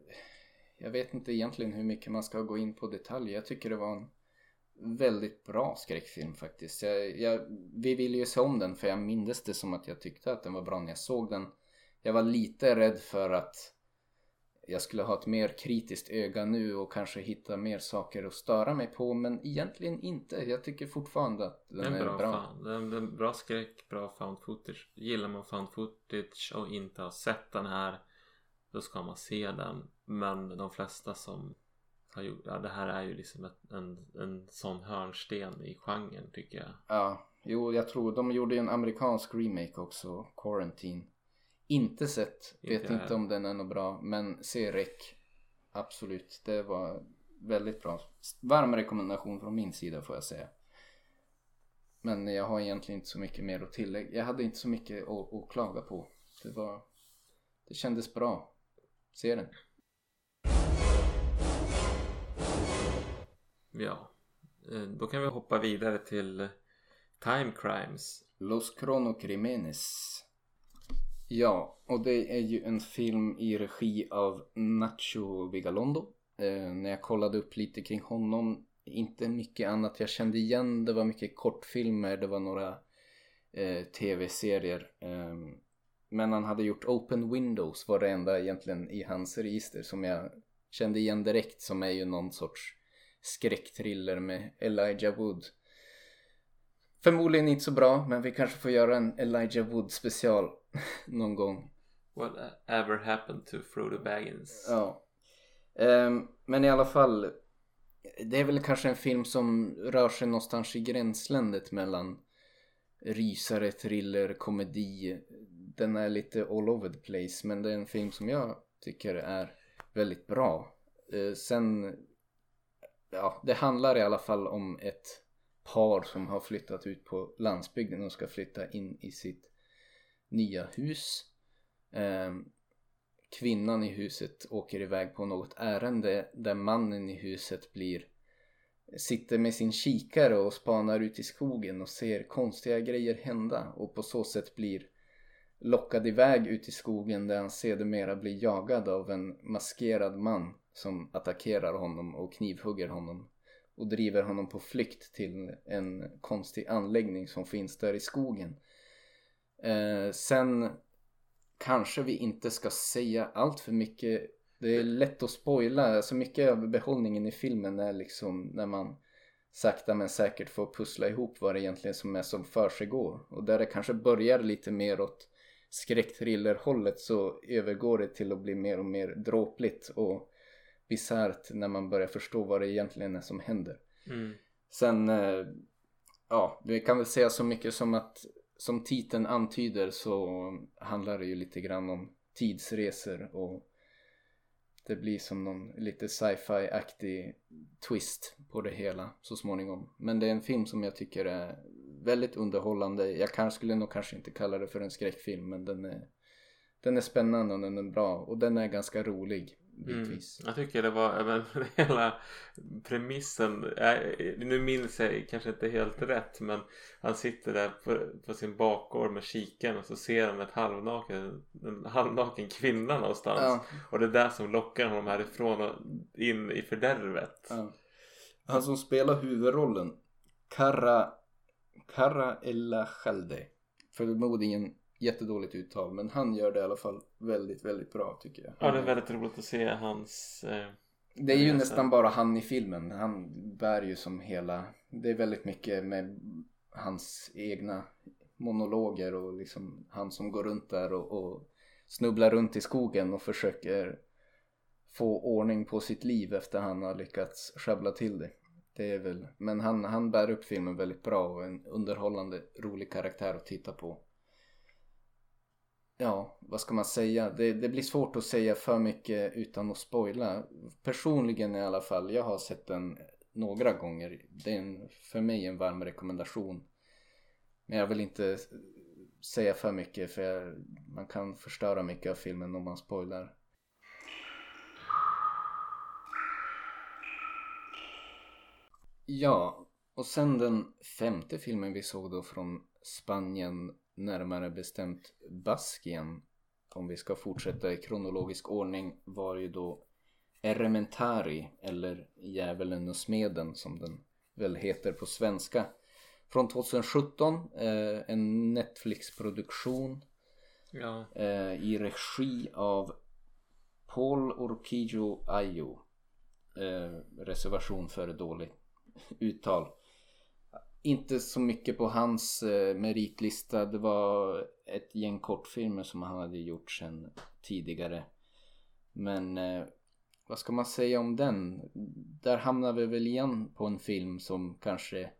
[SPEAKER 1] Jag vet inte egentligen hur mycket man ska gå in på detaljer. Jag tycker det var en väldigt bra skräckfilm faktiskt. Jag, jag, vi ville ju se om den för jag mindes det som att jag tyckte att den var bra när jag såg den. Jag var lite rädd för att jag skulle ha ett mer kritiskt öga nu och kanske hitta mer saker att störa mig på. Men egentligen inte. Jag tycker fortfarande att den, den är bra. bra.
[SPEAKER 2] Fan. Den, den bra skräck, bra found footage. Gillar man found footage och inte har sett den här, då ska man se den. Men de flesta som har gjort, ja, det här är ju liksom ett, en, en sån hörnsten i genren tycker jag.
[SPEAKER 1] Ja, jo jag tror de gjorde ju en amerikansk remake också, Quarantine. Inte sett, inte vet inte om den är något bra, men se rek. Absolut, det var väldigt bra. Varm rekommendation från min sida får jag säga. Men jag har egentligen inte så mycket mer att tillägga. Jag hade inte så mycket att, att klaga på. Det var, det kändes bra. Se den.
[SPEAKER 2] Ja, då kan vi hoppa vidare till Time Crimes.
[SPEAKER 1] Los Cronocrímenes. Ja, och det är ju en film i regi av Nacho Vigalondo. Eh, när jag kollade upp lite kring honom, inte mycket annat jag kände igen. Det var mycket kortfilmer, det var några eh, tv-serier. Eh, men han hade gjort Open Windows, var det enda egentligen i hans register som jag kände igen direkt, som är ju någon sorts skräckthriller med Elijah Wood. Förmodligen inte så bra, men vi kanske får göra en Elijah Wood special någon gång.
[SPEAKER 2] What ever happened to Frodo Baggins?
[SPEAKER 1] Ja. Um, men i alla fall, det är väl kanske en film som rör sig någonstans i gränsländet mellan rysare, thriller, komedi. Den är lite all over the place, men det är en film som jag tycker är väldigt bra. Uh, sen, ja, det handlar i alla fall om ett par som har flyttat ut på landsbygden och ska flytta in i sitt nya hus. Um, Kvinnan i huset åker iväg på något ärende där mannen i huset blir sitter med sin kikare och spanar ut i skogen och ser konstiga grejer hända, och på så sätt blir lockad iväg ut i skogen där han sedermera blir jagad av en maskerad man som attackerar honom och knivhugger honom och driver honom på flykt till en konstig anläggning som finns där i skogen. Eh, sen kanske vi inte ska säga allt för mycket. Det är lätt att spoila. Så mycket av behållningen i filmen är liksom när man sakta men säkert får pussla ihop vad det egentligen som är som för sig går. Och där det kanske börjar lite mer åt skräckthriller-hållet, så övergår det till att bli mer och mer dråpligt och bisarrt när man börjar förstå vad det egentligen är som händer.
[SPEAKER 2] Mm.
[SPEAKER 1] Sen, ja, vi kan väl säga så mycket som att som titeln antyder så handlar det ju lite grann om tidsresor, och det blir som någon lite sci-fi-aktig twist på det hela så småningom. Men det är en film som jag tycker är väldigt underhållande. Jag kanske skulle nog kanske inte kalla det för en skräckfilm, men den är, den är spännande och den är bra, och den är ganska rolig bitvis.
[SPEAKER 2] Mm. Jag tycker det var även hela premissen, äh, nu minns jag kanske inte helt rätt, men han sitter där på, på sin bakgård med kiken och så ser han ett halvnaken, en halvnaken kvinna någonstans, ja. Och det är där som lockar honom härifrån och in i fördärvet.
[SPEAKER 1] Ja. Han som spelar huvudrollen, Kara Kara Elakhalde, förmodligen jättedåligt uttal, men han gör det i alla fall väldigt, väldigt bra tycker jag.
[SPEAKER 2] Ja, det är väldigt roligt att se hans... Eh,
[SPEAKER 1] det är ju nästan bara han i filmen. Han bär ju som hela... Det är väldigt mycket med hans egna monologer och liksom han som går runt där och, och snubblar runt i skogen och försöker få ordning på sitt liv efter han har lyckats sjabbla till det. Det är väl... Men han, han bär upp filmen väldigt bra och en underhållande, rolig karaktär att titta på. Ja, vad ska man säga? Det, det blir svårt att säga för mycket utan att spoila. Personligen i alla fall, jag har sett den några gånger. Det är en, för mig en varm rekommendation. Men jag vill inte säga för mycket, för jag, man kan förstöra mycket av filmen om man spoilar. Ja, och sen den femte filmen vi såg då från Spanien, närmare bestämt Baskien, om vi ska fortsätta i kronologisk ordning, var ju då Errementari, eller Djävulen och smeden som den väl heter på svenska, från tjugohundrasjutton, eh, en Netflix-produktion,
[SPEAKER 2] ja.
[SPEAKER 1] eh, i regi av Paul Urquijo Ayo, eh, reservation för dåligt uttal. Inte så mycket på hans eh, meritlista. Det var ett gäng kortfilmer som han hade gjort sedan tidigare. Men eh, vad ska man säga om den? Där hamnar vi väl igen på en film som kanske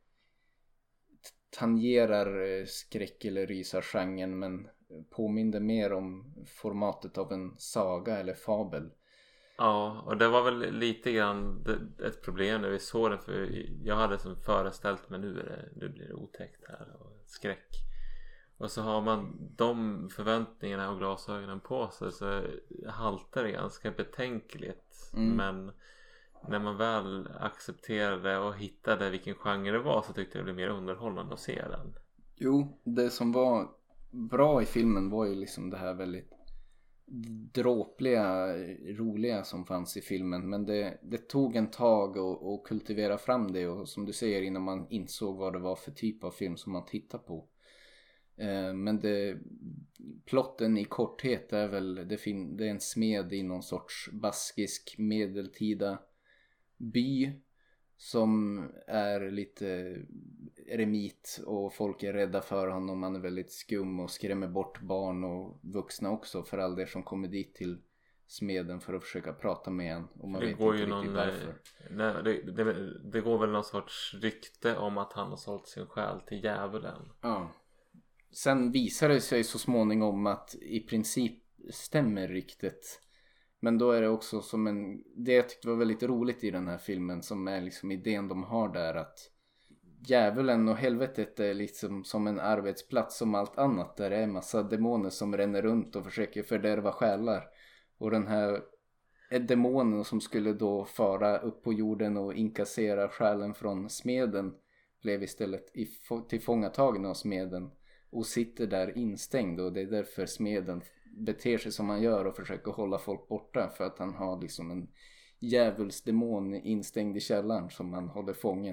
[SPEAKER 1] tangerar eh, skräck- eller rysargenren, men påminner mer om formatet av en saga eller fabel.
[SPEAKER 2] Ja, och det var väl lite grann ett problem när vi såg den, för jag hade som föreställt mig nu, är det, nu blir det otäckt här och skräck. Och så har man de förväntningarna och glasögonen på sig, så haltar det ganska betänkligt. Mm. Men när man väl accepterade och hittade vilken genre det var, så tyckte jag det blev mer underhållande att se den.
[SPEAKER 1] Jo, det som var bra i filmen var ju liksom det här väldigt dråpliga, roliga som fanns i filmen, men det, det tog en tag och, och kultivera fram det, och som du säger, innan man insåg vad det var för typ av film som man tittar på. eh, men det, plotten i korthet är väl det, fin, det är en smed i någon sorts baskisk medeltida by som är lite eremit och folk är rädda för honom. Han är väldigt skum och skrämmer bort barn och vuxna också för all det som kommer dit till smeden för att försöka prata med en, och man
[SPEAKER 2] det
[SPEAKER 1] vet
[SPEAKER 2] går
[SPEAKER 1] inte
[SPEAKER 2] ju
[SPEAKER 1] riktigt
[SPEAKER 2] någon,
[SPEAKER 1] varför.
[SPEAKER 2] Nej, det, det, det går väl någon sorts rykte om att han har sålt sin själ till djävulen.
[SPEAKER 1] Ja. Sen visar det sig så småningom att i princip stämmer ryktet. Men då är det också som en, det jag tyckte var väldigt roligt i den här filmen, som är liksom idén de har där, att djävulen och helvetet är liksom som en arbetsplats som allt annat, där det är massa demoner som ränner runt och försöker fördärva själar. Och den här demonen som skulle då fara upp på jorden och inkassera själen från smeden blev istället tillfångatagen av smeden och sitter där instängd, och det är därför smeden beter sig som han gör och försöker hålla folk borta, för att han har liksom en djävulsdemon instängd i källaren som han håller fången.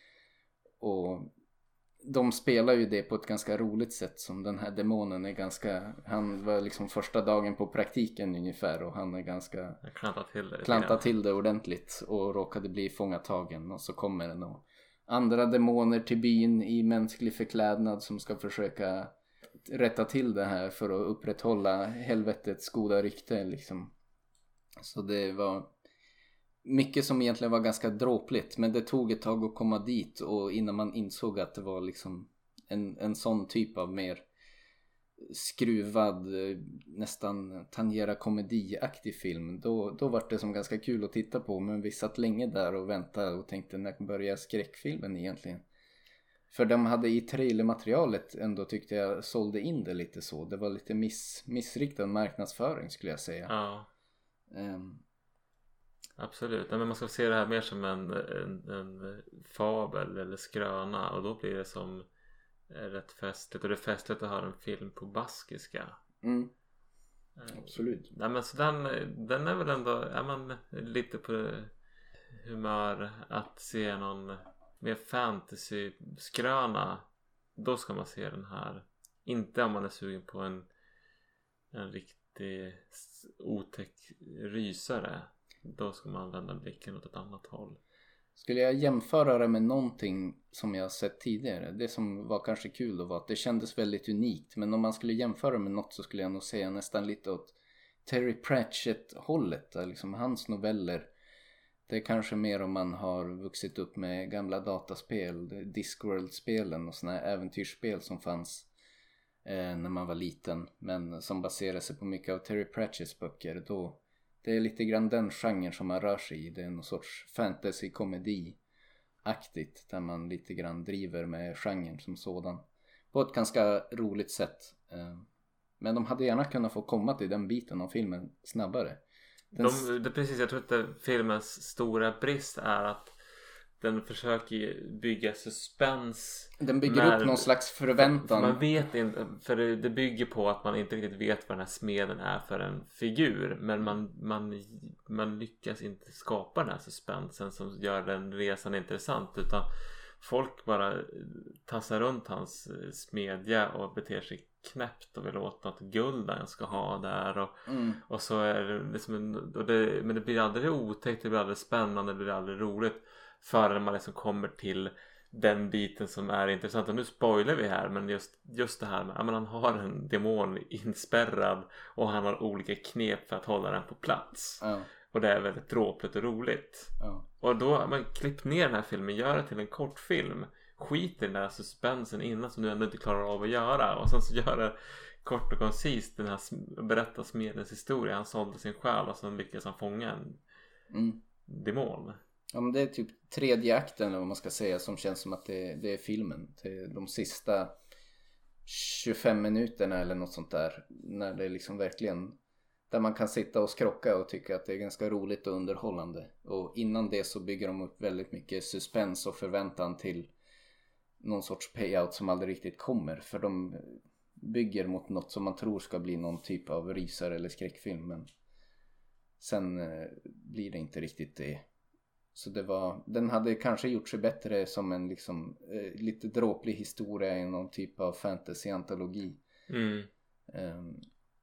[SPEAKER 1] Och de spelar ju det på ett ganska roligt sätt, som den här demonen är ganska, han var liksom första dagen på praktiken ungefär, och han är ganska
[SPEAKER 2] klantat till det,
[SPEAKER 1] klantat till det ordentligt och råkade bli fångatagen, och så kommer det nog andra demoner till byn i mänsklig förklädnad som ska försöka rätta till det här för att upprätthålla helvetets goda rykte liksom. Så det var mycket som egentligen var ganska dråpligt, men det tog ett tag att komma dit, och innan man insåg att det var liksom en, en sån typ av mer skruvad, nästan tangera komediaktig film, då, då var det som ganska kul att titta på. Men vi satt länge där och väntade och tänkte, när börjar skräckfilmen egentligen? För de hade i trailermaterialet ändå, tyckte jag, sålde in det lite så. Det var lite miss, missriktad marknadsföring skulle jag säga.
[SPEAKER 2] Ja.
[SPEAKER 1] um,
[SPEAKER 2] Absolut, nej, men man ska se det här mer som en, en, en fabel eller skröna, och då blir det som rätt festligt, och det är festligt att ha en film på baskiska.
[SPEAKER 1] mm. Absolut.
[SPEAKER 2] Nej, men så den, den är väl ändå, är man lite på humör att se någon mer fantasy-skröna, då ska man se den här. Inte om man är sugen på en en riktig otäck rysare. Då ska man vända blicken åt ett annat håll.
[SPEAKER 1] Skulle jag jämföra det med någonting som jag sett tidigare, det som var kanske kul då var att det kändes väldigt unikt. Men om man skulle jämföra med något så skulle jag nog säga nästan lite åt Terry Pratchett-hållet. Liksom hans noveller. Det är kanske mer om man har vuxit upp med gamla dataspel, Discworld-spelen och såna här äventyrsspel som fanns eh, när man var liten. Men som baserar sig på mycket av Terry Pratchetts böcker. Då, det är lite grann den genren som man rör sig i. Det är någon sorts fantasy-komedi-aktigt där man lite grann driver med genren som sådan. På ett ganska roligt sätt. Eh, men de hade gärna kunnat få komma till den biten av filmen snabbare.
[SPEAKER 2] De, det, precis, jag tror att det, filmens stora brist är att den försöker bygga suspens.
[SPEAKER 1] Den bygger när, upp någon slags förväntan.
[SPEAKER 2] Man vet inte, för det, det bygger på att man inte riktigt vet vad den här smeden är för en figur. Men man, man, man lyckas inte skapa den här suspensen som gör den resan intressant. Utan folk bara tassar runt hans smedja och beter sig knäppt och vill åt något guld den ska ha där och, mm. och så är det liksom en, och det, men det blir aldrig otäckt, det blir aldrig spännande, det blir aldrig roligt förrän man liksom kommer till den biten som är intressant. Och nu spoilar vi här, men just, just det här med att han har en demon inspärrad och han har olika knep för att hålla den på plats.
[SPEAKER 1] Mm.
[SPEAKER 2] Och det är väldigt dråpligt och roligt.
[SPEAKER 1] Mm.
[SPEAKER 2] Och då har man klippt ner den här filmen, gör det till en kortfilm. Skit i den där suspensen innan som du ändå inte klarar av att göra. Och sen så gör det kort och koncist den här berätta smedens historia. Han sålde sin själ och sen lyckas han fånga en
[SPEAKER 1] mm.
[SPEAKER 2] demon.
[SPEAKER 1] Ja, men det är typ tredje akten eller vad man ska säga som känns som att det, det är filmen. Det är de sista tjugofem minuterna eller något sånt där. När det är liksom verkligen där man kan sitta och skrocka och tycka att det är ganska roligt och underhållande. Och innan det så bygger de upp väldigt mycket suspens och förväntan till någon sorts payout som aldrig riktigt kommer. För de bygger mot något som man tror ska bli någon typ av rysare eller skräckfilm. Men sen eh, blir det inte riktigt det. Så det var, den hade kanske gjort sig bättre som en liksom, eh, lite dråplig historia i någon typ av fantasy-antologi.
[SPEAKER 2] Mm.
[SPEAKER 1] Um,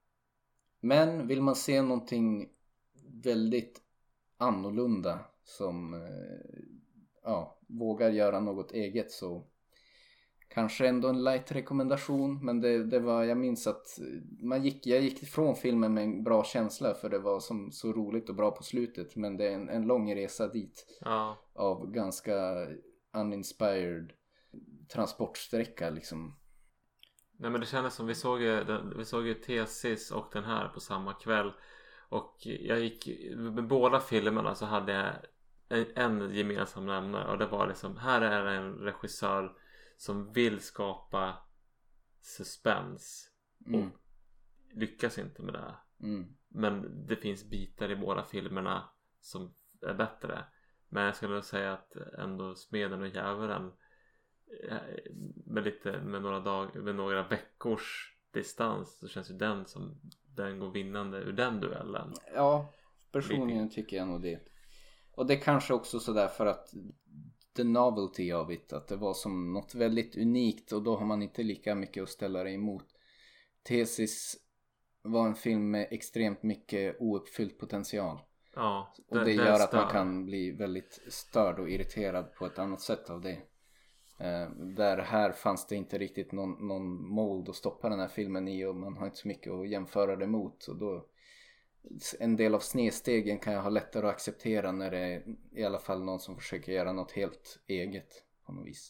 [SPEAKER 1] men vill man se någonting väldigt annorlunda som... Eh, ja, vågar göra något eget, så kanske ändå en light rekommendation. Men det, det var, jag minns att man gick, jag gick ifrån filmen med en bra känsla, för det var som, så roligt och bra på slutet. Men det är en, en lång resa dit,
[SPEAKER 2] ja.
[SPEAKER 1] av ganska uninspired transportsträcka liksom.
[SPEAKER 2] Nej, men det kändes som vi såg ju, vi såg ju Thesis och den här på samma kväll. Och jag gick, med båda filmerna så hade jag en, en gemensam nämnare. Och det var liksom, här är en regissör som vill skapa suspens.
[SPEAKER 1] Mm.
[SPEAKER 2] Och lyckas inte med det.
[SPEAKER 1] Mm.
[SPEAKER 2] Men det finns bitar i båda filmerna som är bättre. Men jag skulle säga att ändå Smeden och Djävulen, med lite med några dagar, med några veckors distans, så känns ju den som den går vinnande ur den duellen.
[SPEAKER 1] Ja, personligen tycker jag nog det. Och det kanske också sådär för att the novelty av it, att det var som något väldigt unikt, och då har man inte lika mycket att ställa det emot. Thesis var en film med extremt mycket ouppfylld potential.
[SPEAKER 2] Ja,
[SPEAKER 1] det, och det gör att man kan bli väldigt störd och irriterad på ett annat sätt av det. Uh, där här fanns det inte riktigt någon, någon mold att stoppa den här filmen i, och man har inte så mycket att jämföra det mot. Och då, en del av snedstegen kan jag ha lättare att acceptera när det är i alla fall någon som försöker göra något helt eget på något vis.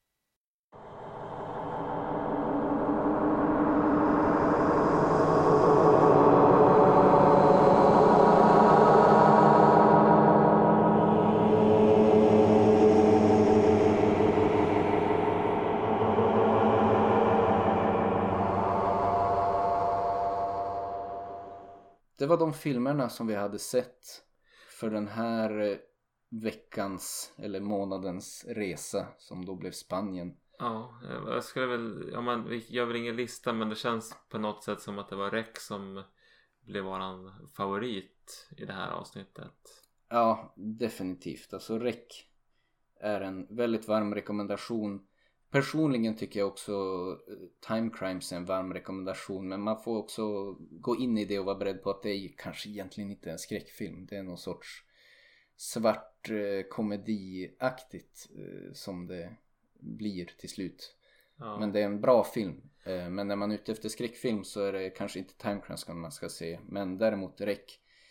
[SPEAKER 1] Det var de filmerna som vi hade sett för den här veckans eller månadens resa, som då blev Spanien.
[SPEAKER 2] Ja, jag skulle väl, ja, man gör väl ingen lista, men det känns på något sätt som att det var Rec som blev våran favorit i det här avsnittet.
[SPEAKER 1] Ja, definitivt. Alltså Rec är en väldigt varm rekommendation. Personligen tycker jag också Time Crimes är en varm rekommendation, men man får också gå in i det och vara beredd på att det är kanske egentligen inte en skräckfilm. Det är någon sorts svart eh, komediaktigt eh, som det blir till slut. Ja. Men det är en bra film. Eh, men när man är ute efter skräckfilm så är det kanske inte Time Crimes man ska se, men däremot Rec.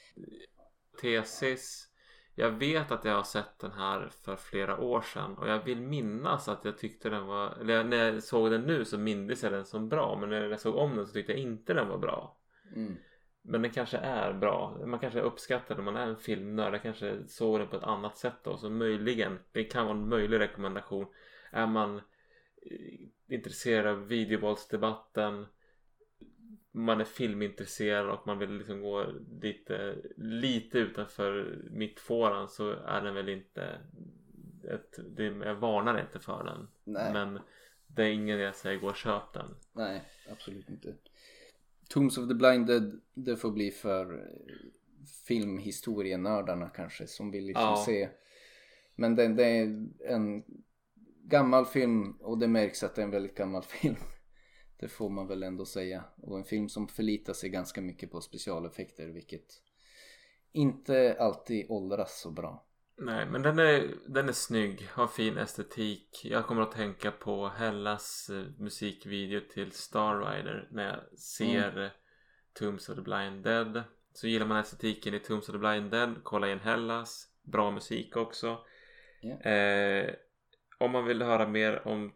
[SPEAKER 2] Thesis. Jag vet att jag har sett den här för flera år sedan, och jag vill minnas att jag tyckte den var, eller när jag såg den nu så minns jag den som bra, men när jag såg om den så tyckte jag inte den var bra. Mm. Men den kanske är bra. Man kanske uppskattar när man är en filmnörd. Jag kanske såg den på ett annat sätt då, så möjligen, det kan vara en möjlig rekommendation. Är man intresserad av videovåldsdebatten, man är filmintresserad och man vill liksom gå lite, lite utanför mittfåran, så är den väl inte ett, det, jag varnar inte för den. Nej. Men det är ingen jag säger gå och köp den.
[SPEAKER 1] Nej, absolut inte. Tombs of the Blinded, det får bli för filmhistorienördarna kanske, som vill liksom ja. se. Men det, det är en gammal film, och det märks att det är en väldigt gammal film. Det får man väl ändå säga. Och en film som förlitar sig ganska mycket på specialeffekter, vilket inte alltid åldras så bra.
[SPEAKER 2] Nej, men den är, den är snygg, har fin estetik. Jag kommer att tänka på Hellas musikvideo till Star Rider när jag ser mm. Tombs of the Blind Dead. Så gillar man estetiken i Tombs of the Blind Dead, kolla in Hellas. Bra musik också. Yeah. Eh, om man vill höra mer om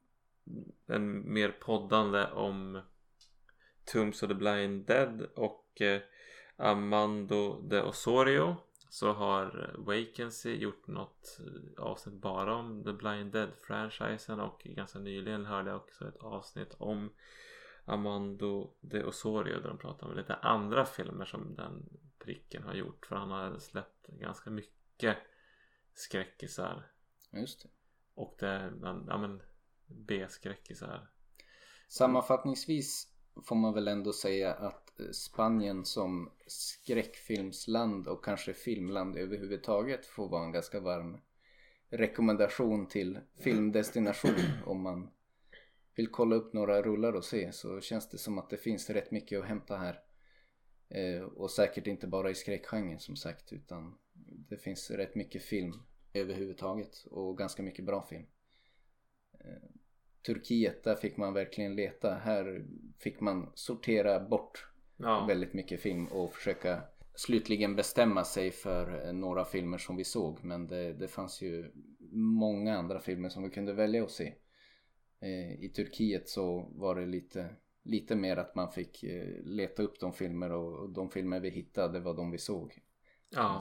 [SPEAKER 2] en mer poddande om Tombs of the Blind Dead och eh, Armando de Osorio, så har Vacancy gjort något avsnitt bara om The Blind Dead-franchisen, och ganska nyligen hörde jag också ett avsnitt om Armando de Osorio där de pratar om lite andra filmer som den pricken har gjort, för han har släppt ganska mycket skräckisar.
[SPEAKER 1] Just det.
[SPEAKER 2] Och det, ja men B-skräckisar.
[SPEAKER 1] Sammanfattningsvis får man väl ändå säga att Spanien som skräckfilmsland och kanske filmland överhuvudtaget får vara en ganska varm rekommendation till filmdestination. Om man vill kolla upp några rullar och se, så känns det som att det finns rätt mycket att hämta här. Eh, och säkert inte bara i skräckgenren som sagt, utan det finns rätt mycket film överhuvudtaget och ganska mycket bra film. eh, Turkiet, där fick man verkligen leta. Här fick man sortera bort ja. väldigt mycket film och försöka slutligen bestämma sig för några filmer som vi såg. Men det, det fanns ju många andra filmer som vi kunde välja att se. eh, I Turkiet så var det lite Lite mer att man fick eh, leta upp de filmer, och de filmer vi hittade var de vi såg. Ja.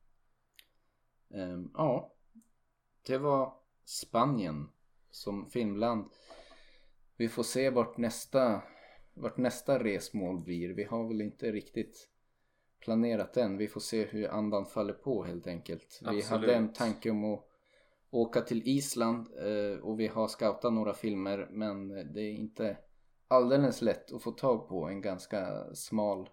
[SPEAKER 1] Um, ja. Det var Spanien som filmland. Vi får se vart nästa vart nästa resmål blir. Vi har väl inte riktigt planerat än. Vi får se hur andan faller på helt enkelt. Absolut. Vi hade en tanke om att åka till Island eh, och vi har scoutat några filmer, men det är inte alldeles lätt att få tag på en ganska smal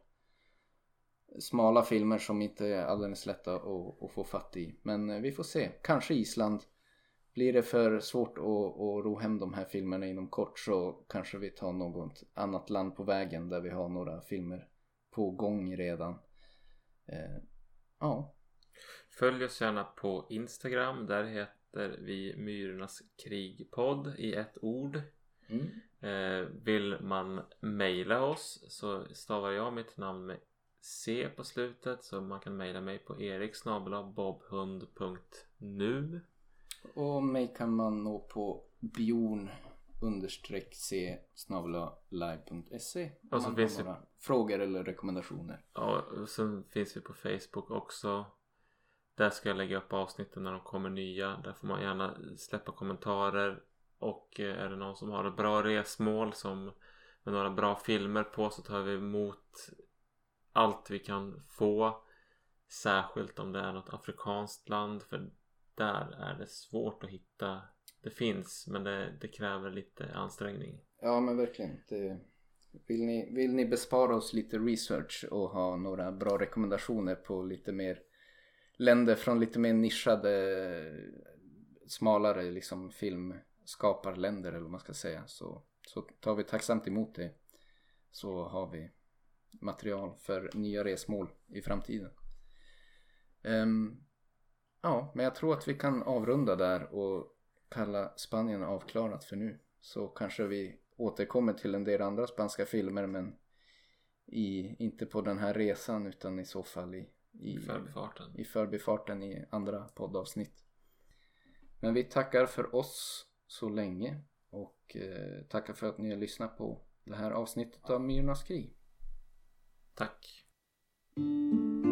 [SPEAKER 1] smala filmer som inte är alldeles lätta att, att få fatt i. Men vi får se. Kanske Island. Blir det för svårt att, att ro hem de här filmerna inom kort, så kanske vi tar något annat land på vägen där vi har några filmer på gång redan. Eh, ja.
[SPEAKER 2] Följ oss gärna på Instagram. Där heter vi Myrornas krigpodd i ett ord. Mm. Eh, vill man mejla oss så stavar jag mitt namn med C på slutet, så man kan mejla mig på erik snabel-a bobhund punkt nu.
[SPEAKER 1] Och mig kan man nå på bjorn understreck c snabel-a live punkt se om
[SPEAKER 2] och så
[SPEAKER 1] man
[SPEAKER 2] finns
[SPEAKER 1] har några vi... frågor eller rekommendationer.
[SPEAKER 2] Ja, och så finns vi på Facebook också. Där ska jag lägga upp avsnitten när de kommer nya. Där får man gärna släppa kommentarer. Och är det någon som har ett bra resmål som med några bra filmer på, så tar vi emot allt vi kan få. Särskilt om det är något afrikanskt land, för där är det svårt att hitta. Det finns, men det, det kräver lite ansträngning.
[SPEAKER 1] Ja, men verkligen. Det, vill, ni, vill ni bespara oss lite research och ha några bra rekommendationer på lite mer länder från lite mer nischade, smalare liksom filmskaparländer eller vad man ska säga, så, så tar vi tacksamt emot det. Så har vi material för nya resmål i framtiden. Um, ja, men jag tror att vi kan avrunda där och kalla Spanien avklarat för nu. Så kanske vi återkommer till en del andra spanska filmer, men i, inte på den här resan, utan i så fall i, i,
[SPEAKER 2] förbifarten.
[SPEAKER 1] i förbifarten i andra poddavsnitt. Men vi tackar för oss så länge och eh, tackar för att ni har lyssnat på det här avsnittet av Myrornas krig.
[SPEAKER 2] Tack.